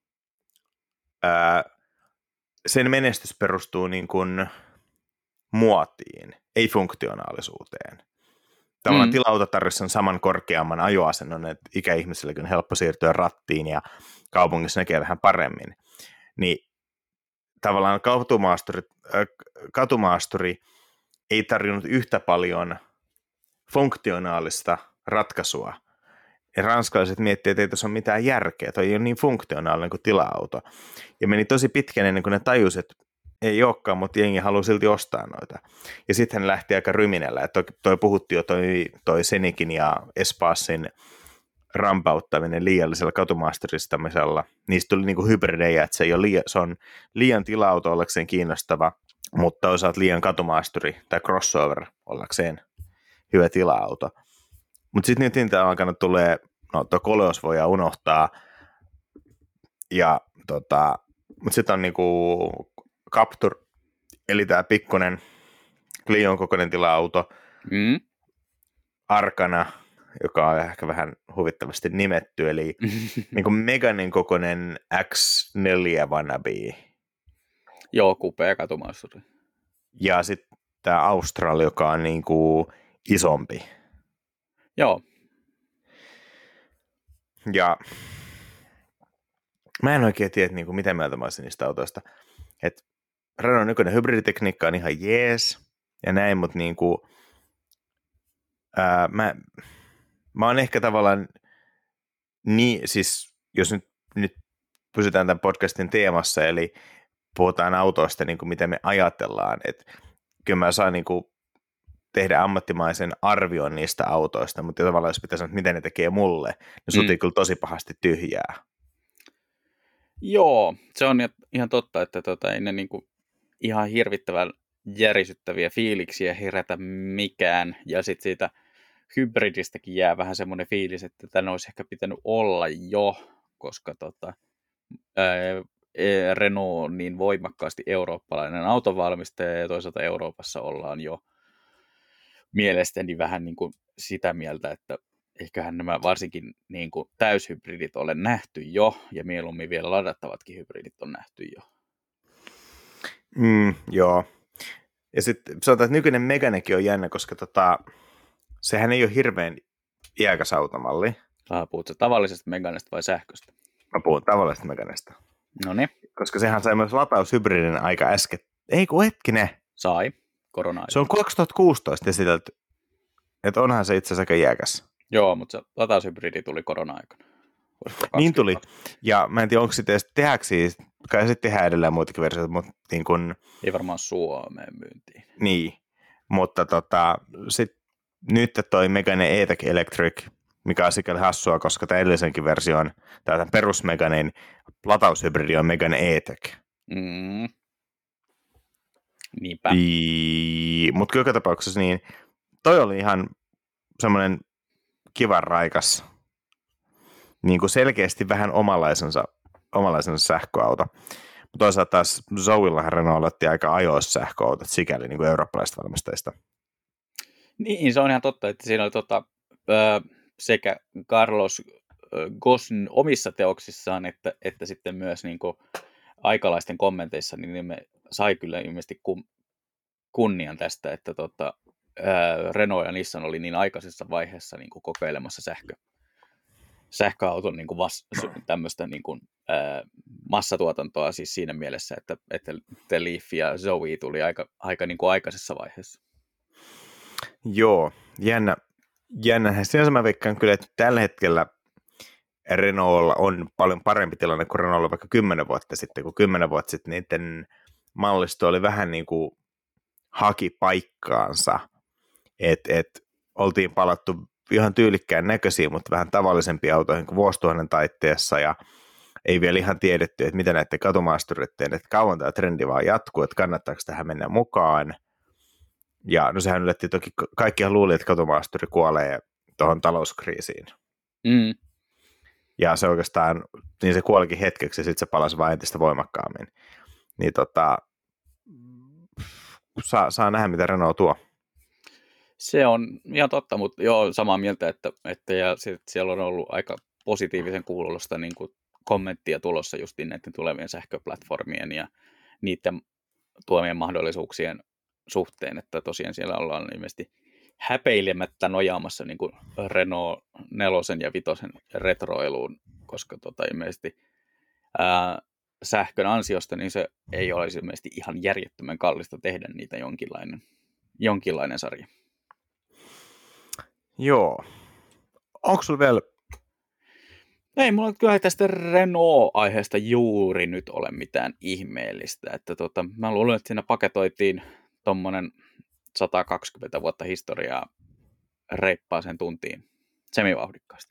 sen menestys perustuu niin kuin muotiin, ei funktionaalisuuteen. Tavallaan tila-auto tarvitsee saman korkeamman ajoasennon, että ikäihmisilläkin on helppo siirtyä rattiin ja kaupungissa näkee vähän paremmin. Niin tavallaan katumaasturi ei tarjonnut yhtä paljon funktionaalista ratkaisua. Ja ranskalaiset miettivät, että ei tässä ole mitään järkeä, toi ei ole niin funktionaalinen kuin tila-auto. Ja meni tosi pitkän ennen kuin ne tajusivat, että ei olekaan, mutta jengi haluaa silti ostaa noita. Ja sitten hän lähti aika ryminällä. Että toi puhuttiin jo toi Scenikin ja Espacen rampauttaminen liiallisella katumaasturistamisella. Niistä tuli niinku hybridejä, että se on liian tila-auto ollakseen kiinnostava, mutta toisaalta liian katumaasturi tai crossover ollakseen hyvä tila-auto. Mutta sitten nyt hinta aikana tulee, tuo Koleos voidaan unohtaa, mutta sitten on niinku Captur, eli tämä pikkunen Clion kokoinen tila-auto, Arkana, joka on ehkä vähän huvittavasti nimetty, eli niinku Meganin kokoinen X4 wannabe. Joo, kupea katumaasturi. Ja sitten tämä Austral, joka on niinku isompi. Joo. Ja mä en oikein tiedä, niinku, mitä mieltä mä olisin niistä autoista. että Renault nykyinen hybriditekniikka on ihan jees ja näin, mutta niinku, mä oon ehkä tavallaan niin, siis jos nyt pysytään tämän podcastin teemassa, eli puhutaan autoista, niin kuin miten me ajatellaan, että kyllä mä saan niin kuin tehdä ammattimaisen arvion niistä autoista, mutta tavallaan jos pitäisi sanoa, että miten ne tekee mulle, niin sutii kyllä tosi pahasti tyhjää. Joo, se on ihan totta, että ei ne niinku ihan hirvittävän järisyttäviä fiiliksiä herätä mikään, ja sitten siitä hybridistäkin jää vähän semmoinen fiilis, että tämän olisi ehkä pitänyt olla jo, koska Renault on niin voimakkaasti eurooppalainen autonvalmistaja, ja toisaalta Euroopassa ollaan jo mielestäni vähän niin kuin sitä mieltä, että eiköhän nämä varsinkin niin kuin täyshybridit ole nähty jo, ja mieluummin vielä ladattavatkin hybridit on nähty jo. Joo. Ja sitten sanotaan, että nykyinen Meganekin on jännä, koska sehän ei ole hirveän iäkäs automalli. Puhutko tavallisesta Meganesta vai sähköstä? Mä puhun tavallisesta Meganesta. Noniin. Koska sehän sai myös lataushybridin aika äsken. Ei kun hetkinen. Sai, korona-aikana. Se on 2016 esitelty. Että onhan se itse asiassa aika iäkäs. Joo, mutta se lataushybridi tuli korona-aikana. Niin tuli. Ja mä en tiedä, onko sitten edes tehäksi, kai sitten tehdään edelleen muitakin versioita, mutta niin kun... Ei varmaan Suomeen myyntiin. Niin, mutta sit nyt toi Megane E-Tech Electric, mikä on sikäli hassua, koska tämä edellisenkin version, tämä perus Meganen lataushybridi on Megane E-Tech. Niinpä. Mutta joka tapauksessa niin, toi oli ihan semmoinen kivan raikas, niin kuin selkeästi vähän omalaisensa sähköauto. Mutta toisaalta taas Zoellahan Renault aloitti aika ajoissa sähköautot sikäli niin kuin eurooppalaisista valmistajista. Niin, se on ihan totta, että siinä oli sekä Carlos Ghosn omissa teoksissaan, että sitten myös niin kuin aikalaisten kommenteissa, niin me sai kyllä ilmeisesti kunnian tästä, että Renault ja Nissan oli niin aikaisessa vaiheessa niin kuin kokeilemassa sähköauton niin kuin tämmöistä niin kuin, massatuotantoa siis siinä mielessä, että Leaf ja Zoe tuli aika niin kuin aikaisessa vaiheessa. Joo, jännähän. Sinänsä mä veikkaan kyllä, että tällä hetkellä Renaultlla on paljon parempi tilanne kuin Renaultlla vaikka 10 vuotta sitten, kun 10 vuotta sitten niiden mallisto oli vähän niin kuin haki paikkaansa, että oltiin palattu ihan tyylikkään näköisiä, mutta vähän tavallisempia autoihin kuin vuosituhannen taitteessa, ja ei vielä ihan tiedetty, että mitä näiden katumaastureiden, että kauan tämä trendi vaan jatkuu, että kannattaako tähän mennä mukaan. Ja no sehän yllätti toki, kaikkihan luuli, että katumaasturi kuolee tuohon talouskriisiin. Ja se oikeastaan, niin se kuolikin hetkeksi, ja sitten se palasi vain entistä voimakkaammin. Niin saa nähdä, mitä Renault tuo. Se on ihan totta, mutta joo, samaa mieltä, että ja siellä on ollut aika positiivisen kuulosta niin kuin kommenttia tulossa justiin näiden tulevien sähköplatformien ja niiden tuomien mahdollisuuksien suhteen, että tosiaan siellä ollaan ilmeisesti häpeilemättä nojaamassa niin kuin Renault 4 ja 5 retroiluun, koska ilmeisesti sähkön ansiosta niin se ei olisi ilmeisesti ihan järjettömän kallista tehdä niitä jonkinlainen sarja. Joo. Onko sulla vielä? Ei mulla kyllä tästä Renault-aiheesta juuri nyt ole mitään ihmeellistä. Että mä luulen, että siinä paketoitiin tommonen 120 vuotta historiaa reippaaseen tuntiin semivauhdikkaasti.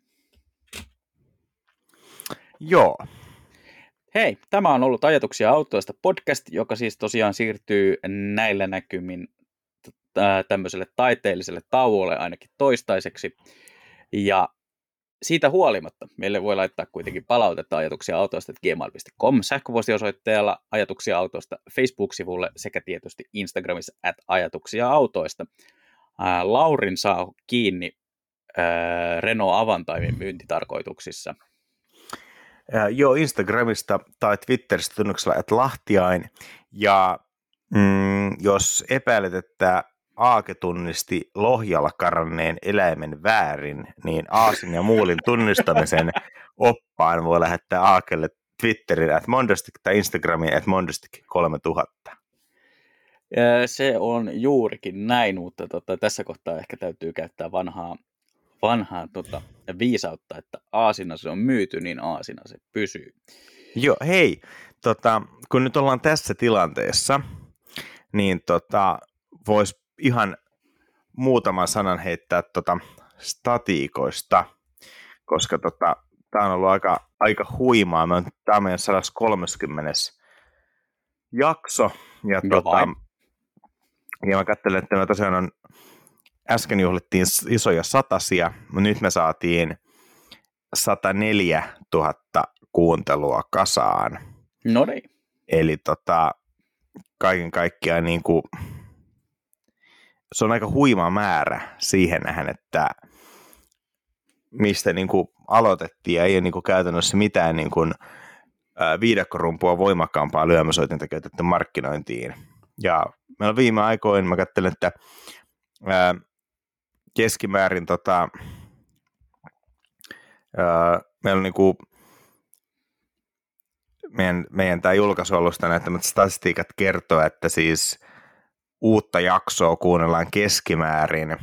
Joo. Hei, tämä on ollut Ajatuksia autoista podcast, joka siis tosiaan siirtyy näillä näkymin tämmöiselle taiteelliselle tauolle ainakin toistaiseksi. Ja siitä huolimatta meille voi laittaa kuitenkin palautetta ajatuksiaautoista@gmail.com sähköpostiosoitteella Ajatuksia autoista Facebook-sivulle sekä tietysti Instagramissa @ajatuksiaautoista. Laurin saa kiinni Renault Avantaimin myyntitarkoituksissa. Joo, Instagramista tai Twitteristä tunnuksella @lahtiain. Ja jos epäilet, että Aake tunnisti Lohjalla karanneen eläimen väärin, niin aasin ja muulin tunnistamisen oppaan voi lähettää Aakelle Twitterin @mondostik tai Instagramin @mondostik3000. Se on juurikin näin, mutta tässä kohtaa ehkä täytyy käyttää vanhaa viisautta, että aasina se on myyty, niin aasina se pysyy. Joo, hei, kun nyt ollaan tässä tilanteessa, niin voisi ihan muutaman sanan heittää statiikoista, koska tämä on ollut aika huimaa. Tämä on meidän 130. jakso, ja mä katselen, että me tosiaan äsken juhlittiin isoja satasia, mutta nyt me saatiin 104 000 kuuntelua kasaan. No niin. Eli kaiken kaikkiaan niin kuin, se on aika huima määrä siihen nähden, että mistä niin kuin aloitettiin ja ei ole niin kuin käytännössä mitään niin kuin, viidakkorumpua voimakkaampaa lyömäsoitinta käytetty markkinointiin. Ja meillä viime aikoina, mä katselen, että keskimäärin meillä on niin kuin meidän tämä julkaisualusta näyttämät statistiikat kertoo, että siis uutta jaksoa kuunnellaan keskimäärin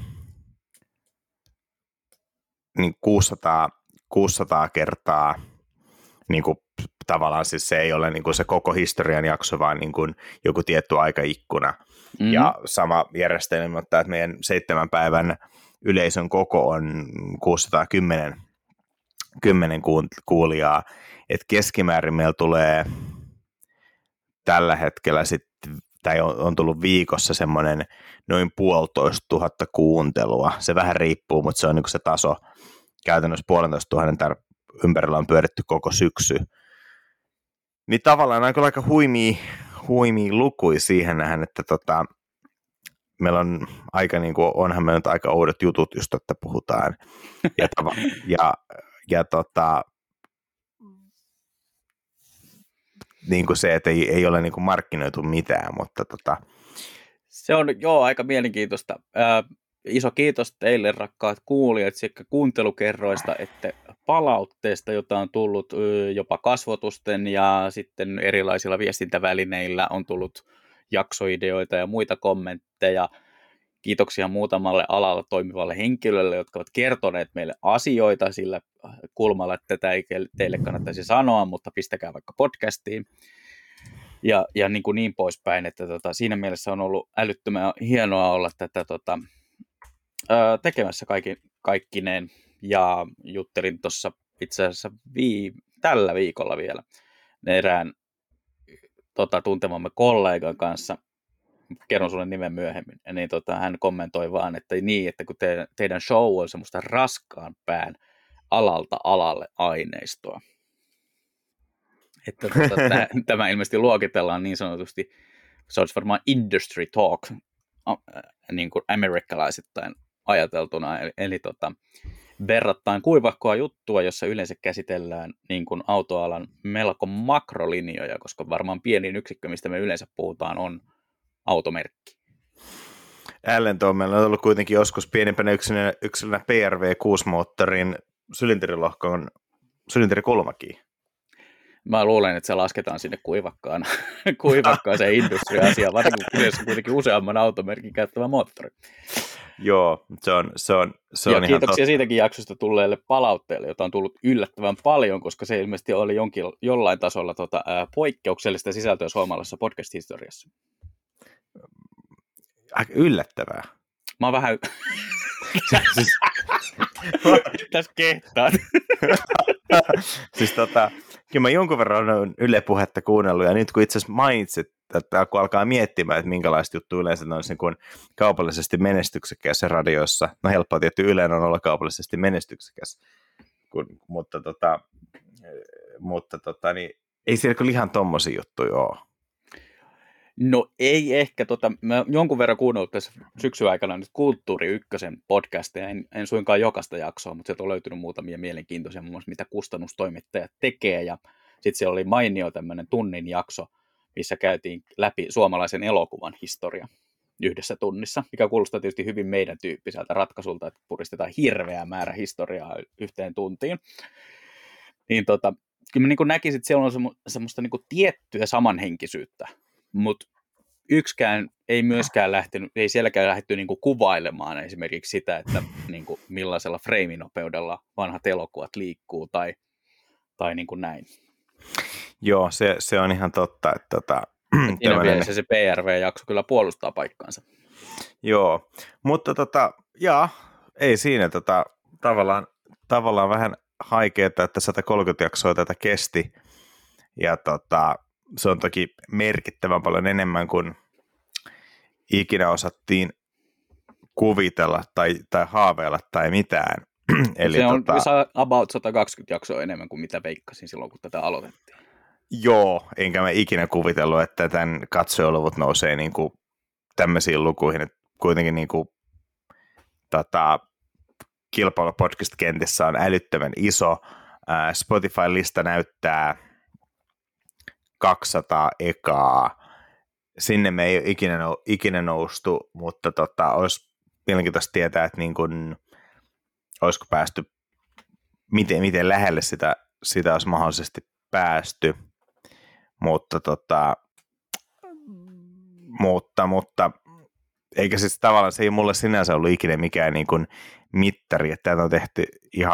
niin 600 kertaa, niin kuin tavallaan siis se ei ole niin kuin se koko historian jakso, vaan niin kuin joku tietty aikaikkuna. Mm-hmm. Ja sama järjestelmä, että meidän 7 päivän yleisön koko on 610 kuulijaa, että keskimäärin meillä tulee tällä hetkellä sitten, tai on tullut viikossa semmoinen noin 1,500 kuuntelua. Se vähän riippuu, mutta se on niin kuin se taso. Käytännössä 1,500 ympärillä on pyöritty koko syksy. Niin tavallaan aika huimia lukuja siihen nähdään, että meillä on aika niin kuin, onhan meillä nyt aika oudot jutut, just että puhutaan. Ja niin kuin se, että ei ole niin kuin markkinoitu mitään, mutta Se on aika mielenkiintoista. Iso kiitos teille, rakkaat kuulijat, sekä kuuntelukerroista että palautteesta, jota on tullut jopa kasvotusten ja sitten erilaisilla viestintävälineillä on tullut jaksoideoita ja muita kommentteja. Kiitoksia muutamalle alalla toimivalle henkilölle, jotka ovat kertoneet meille asioita sillä kulmalla, että tätä ei teille kannattaisi sanoa, mutta pistäkää vaikka podcastiin. Ja niin poispäin, että siinä mielessä on ollut älyttömän hienoa olla tätä tekemässä kaikkineen, ja juttelin tuossa itse asiassa tällä viikolla vielä erään tuntemamme kollegan kanssa, kerron sulle nimen myöhemmin, niin hän kommentoi vaan, että niin, että kun teidän show on semmoista raskaan pään alalta alalle aineistoa. Että tämä ilmeisesti luokitellaan niin sanotusti, se olisi varmaan industry talk, niin kuin amerikkalaisittain ajateltuna, eli verrattain kuivahkoa juttua, jossa yleensä käsitellään niin kuin autoalan melko makrolinjoja, koska varmaan pienin yksikkö, mistä me yleensä puhutaan, on automerkki. Meillä on ollut kuitenkin joskus pienempänä yksilönä PRV 6-moottorin sylinterikulmakin. Mä luulen, että se lasketaan sinne kuivakkaan se industry-asia, varsinkin kun kyseessä on kuitenkin useamman automerkin käyttävä moottori. Joo, se on ja ihan kiitoksia siitäkin jaksosta tulleelle palautteelle, jota on tullut yllättävän paljon, koska se ilmeisesti oli jollain tasolla poikkeuksellista sisältöä suomalaisessa podcast-historiassa. Aika yllättävää. Mä oon vähän... Tässä kehtaan. Siis kyllä mä jonkun verran olen Yle Puhetta kuunnellut, ja nyt kun itse asiassa mainitsit, että kun alkaa miettimään, että minkälaista juttu yleensä on niin kuin kaupallisesti menestyksekäs radioissa, no helppoa tietty Yleen on olla kaupallisesti menestyksekäs, mutta niin, ei siellä kyllä ihan tommosia juttuja ole. No ei ehkä, mä jonkun verran kuunnellut tässä syksyn aikana nyt Kulttuuri Ykkösen podcasteja, en suinkaan jokaista jaksoa, mutta sieltä on löytynyt muutamia mielenkiintoisia, muun muassa mitä kustannustoimittajat tekee, ja sitten siellä oli mainio tämmöinen tunnin jakso, missä käytiin läpi suomalaisen elokuvan historia yhdessä tunnissa, mikä kuulostaa tietysti hyvin meidän tyyppiseltä ratkaisulta, että puristetaan hirveä määrä historiaa yhteen tuntiin. Niin kyllä mä niin kuin näkisin, että siellä on semmoista niin kuin tiettyä samanhenkisyyttä, mutta yksikään ei myöskään lähtenyt, ei sielläkään lähdetty niin kuin kuvailemaan esimerkiksi sitä, että niin kuin millaisella freiminopeudella vanhat elokuvat liikkuu tai niin kuin näin. Joo, se on ihan totta. Että siinä mielessä se PRV-jakso kyllä puolustaa paikkaansa. Joo, mutta ei siinä tavallaan vähän haikeeta, että 130 jaksoa tätä kesti. Ja se on toki merkittävän paljon enemmän kuin ikinä osattiin kuvitella tai haaveilla tai mitään. Eli se on about 120 jaksoa enemmän kuin mitä veikkasin silloin, kun tätä aloitettiin. Joo, enkä mä ikinä kuvitellut, että tämän katsojaluvut nousee niin kuin tämmöisiin lukuihin, että kuitenkin niin kuin, kilpailupodcast-kentissä on älyttömän iso. Spotify-lista näyttää 200 ekaa. Sinne me ei ole ikinä noustu, mutta olisi mielenkiintoista tietää, että niin kuin, olisiko päästy, miten lähelle sitä olisi mahdollisesti päästy. Mutta eikä siis tavallaan se ei mulle sinänsä ollut ikinä mikään niin kuin mittari, että tämä on tehty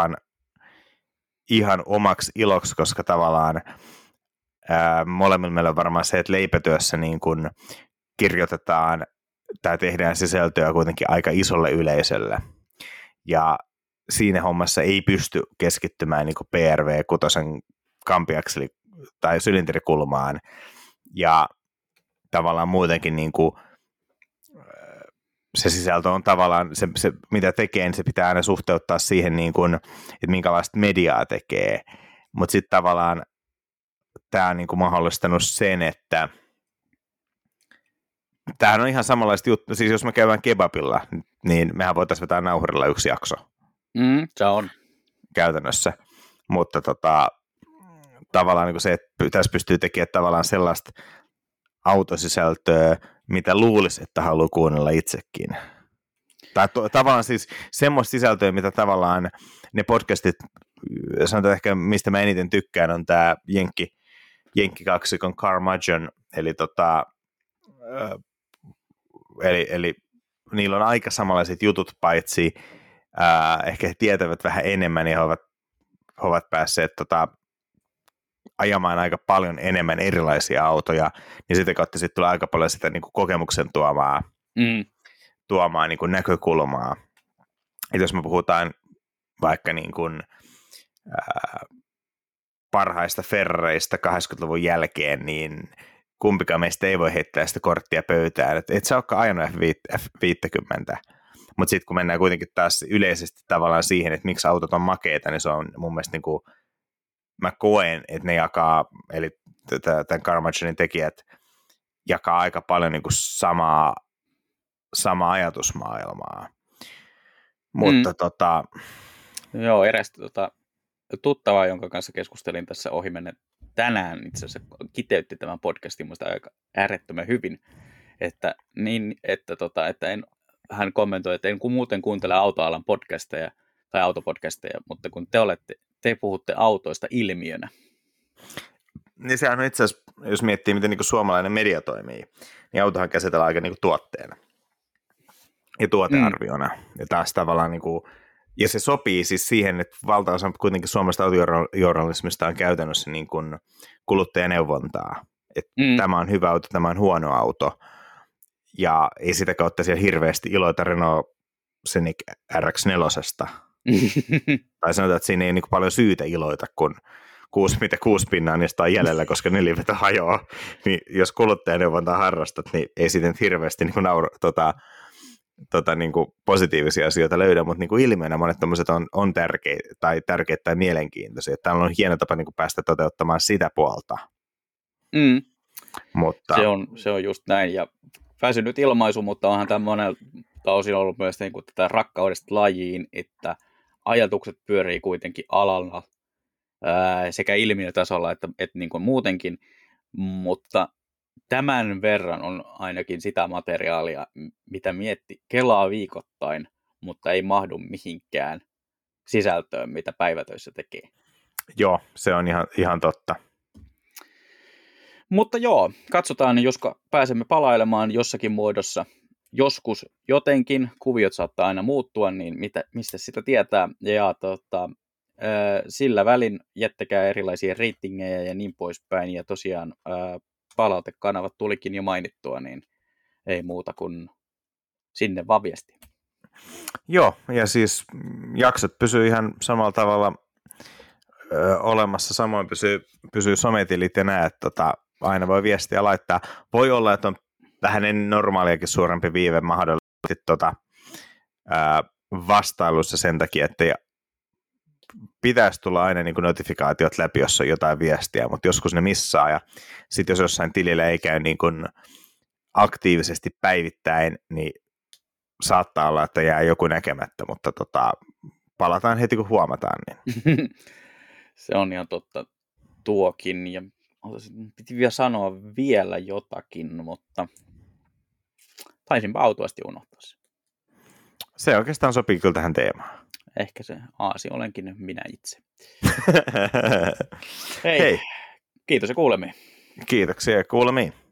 ihan omaksi iloksi, koska tavallaan molemmilla meillä on varmaan se, että leipätyössä niin kuin kirjoitetaan tai tehdään sisältöä kuitenkin aika isolle yleisölle. Ja siinä hommassa ei pysty keskittymään niin kuin PRV-6 kampiakseli tai sylinterikulmaan. Ja tavallaan muutenkin niin kuin se sisältö on tavallaan, se mitä tekee, niin se pitää aina suhteuttaa siihen, niin kuin, että minkälaista mediaa tekee. Mutta sitten tavallaan tämä on niin kuin mahdollistanut sen, että tämähän on ihan samanlaista juttu. Siis jos me käydään kebabilla, niin mehän voitaisiin vetää nauhurilla yksi jakso. Se on. Käytännössä. Mutta tavallaan niin kuin se, että tässä pystyy tekemään tavallaan sellaista autosisältöä, mitä luulisi, että haluaa kuunnella itsekin. Tai tavallaan siis semmoista sisältöä, mitä tavallaan ne podcastit, sanotaan ehkä mistä mä eniten tykkään, on tämä Jenkki-kaksikon Carmageddon, eli niillä on aika samanlaiset jutut, paitsi ehkä he tietävät vähän enemmän ja he ovat päässeet ajamaan aika paljon enemmän erilaisia autoja, niin sitä kautta sitten tulee aika paljon sitä niin kuin kokemuksen tuomaa niin kuin näkökulmaa. Et jos me puhutaan vaikka niin kuin, parhaista Ferrareista 80-luvun jälkeen, niin kumpikaan meistä ei voi heittää sitä korttia pöytään. Et sä olekaan ajanut F50, mutta sitten kun mennään kuitenkin taas yleisesti tavallaan siihen, että miksi autot on makeita, niin se on mun mielestä niin kuin mä koen, että ne jakaa, eli tämän Carmageddonin tekijät jakaa aika paljon niin kuin samaa ajatusmaailmaa. Mutta Joo, eräs tuttava, jonka kanssa keskustelin tässä ohimennen tänään, itse asiassa kiteytti tämän podcastin muista aika äärettömän hyvin, että hän kommentoi, että en muuten kuuntele autoalan podcasteja tai autopodcasteja, mutta kun te puhutte autoista ilmiönä. Niin sehän on itse asiassa, jos miettii, miten niin kuin suomalainen media toimii, niin autohan käsitellään aika niin kuin tuotteena ja tuotearviona. Ja taas tavallaan, niin kuin, ja se sopii siis siihen, että valtaosa kuitenkin suomalaisesta autojournalismista on käytännössä niin kuin kuluttajaneuvontaa. Että tämä on hyvä auto, tämä on huono auto. Ja ei sitä kautta siellä hirveästi iloita Renault Scenic RX4. Tai sanotaan, että siinä ei niin kuin paljon syytä iloita, kun 6 pinnaa niistä on jäljellä, koska neliveto hajoaa. Niin jos kuluttajaneuvontaa harrastat, niin ei siitä hirveästi niin kuin niin kuin positiivisia asioita löydä, mutta niin kuin ilmiönä monet tämmöiset on tärkeitä tai mielenkiintoisia. Täällä on hieno tapa niin kuin päästä toteuttamaan sitä puolta. Mutta se on just näin, ja väsynyt ilmaisu, mutta onhan tämä monelta osin ollut myös niin kuin tätä rakkaudesta lajiin, että ajatukset pyörii kuitenkin alalla sekä ilmiötasolla että niin kuin muutenkin, mutta tämän verran on ainakin sitä materiaalia, mitä kelaa viikoittain, mutta ei mahdu mihinkään sisältöön, mitä päivätöissä tekee. Joo, se on ihan totta. Mutta joo, katsotaan, jos pääsemme palailemaan jossakin muodossa. Joskus jotenkin, kuviot saattaa aina muuttua, niin mistä sitä tietää. Ja sillä välin jättäkää erilaisia ratingejä ja niin poispäin. Ja tosiaan palautekanavat tulikin jo mainittua, niin ei muuta kuin sinne vaan viestiä. Joo, ja siis jaksot pysyy ihan samalla tavalla olemassa, samoin pysyy sometilit ja näet, aina voi viestiä laittaa. Voi olla, että on vähän normaaliakin suurempi viive mahdollisesti vastailussa sen takia, että pitäisi tulla aina niin kuin notifikaatiot läpi, jos on jotain viestiä, mutta joskus ne missaa, ja sitten jos jossain tilillä ei käy niin kuin aktiivisesti päivittäin, niin saattaa olla, että jää joku näkemättä, mutta palataan heti, kun huomataan. Niin. Se on ihan totta tuokin, ja piti vielä sanoa vielä jotakin, mutta taisinpa autuasti unohtaa se. Se oikeastaan sopii kyllä tähän teemaan. Ehkä se aasi olenkin minä itse. Hei. Kiitos ja kuulemiin. Kiitoksia ja kuulemiin.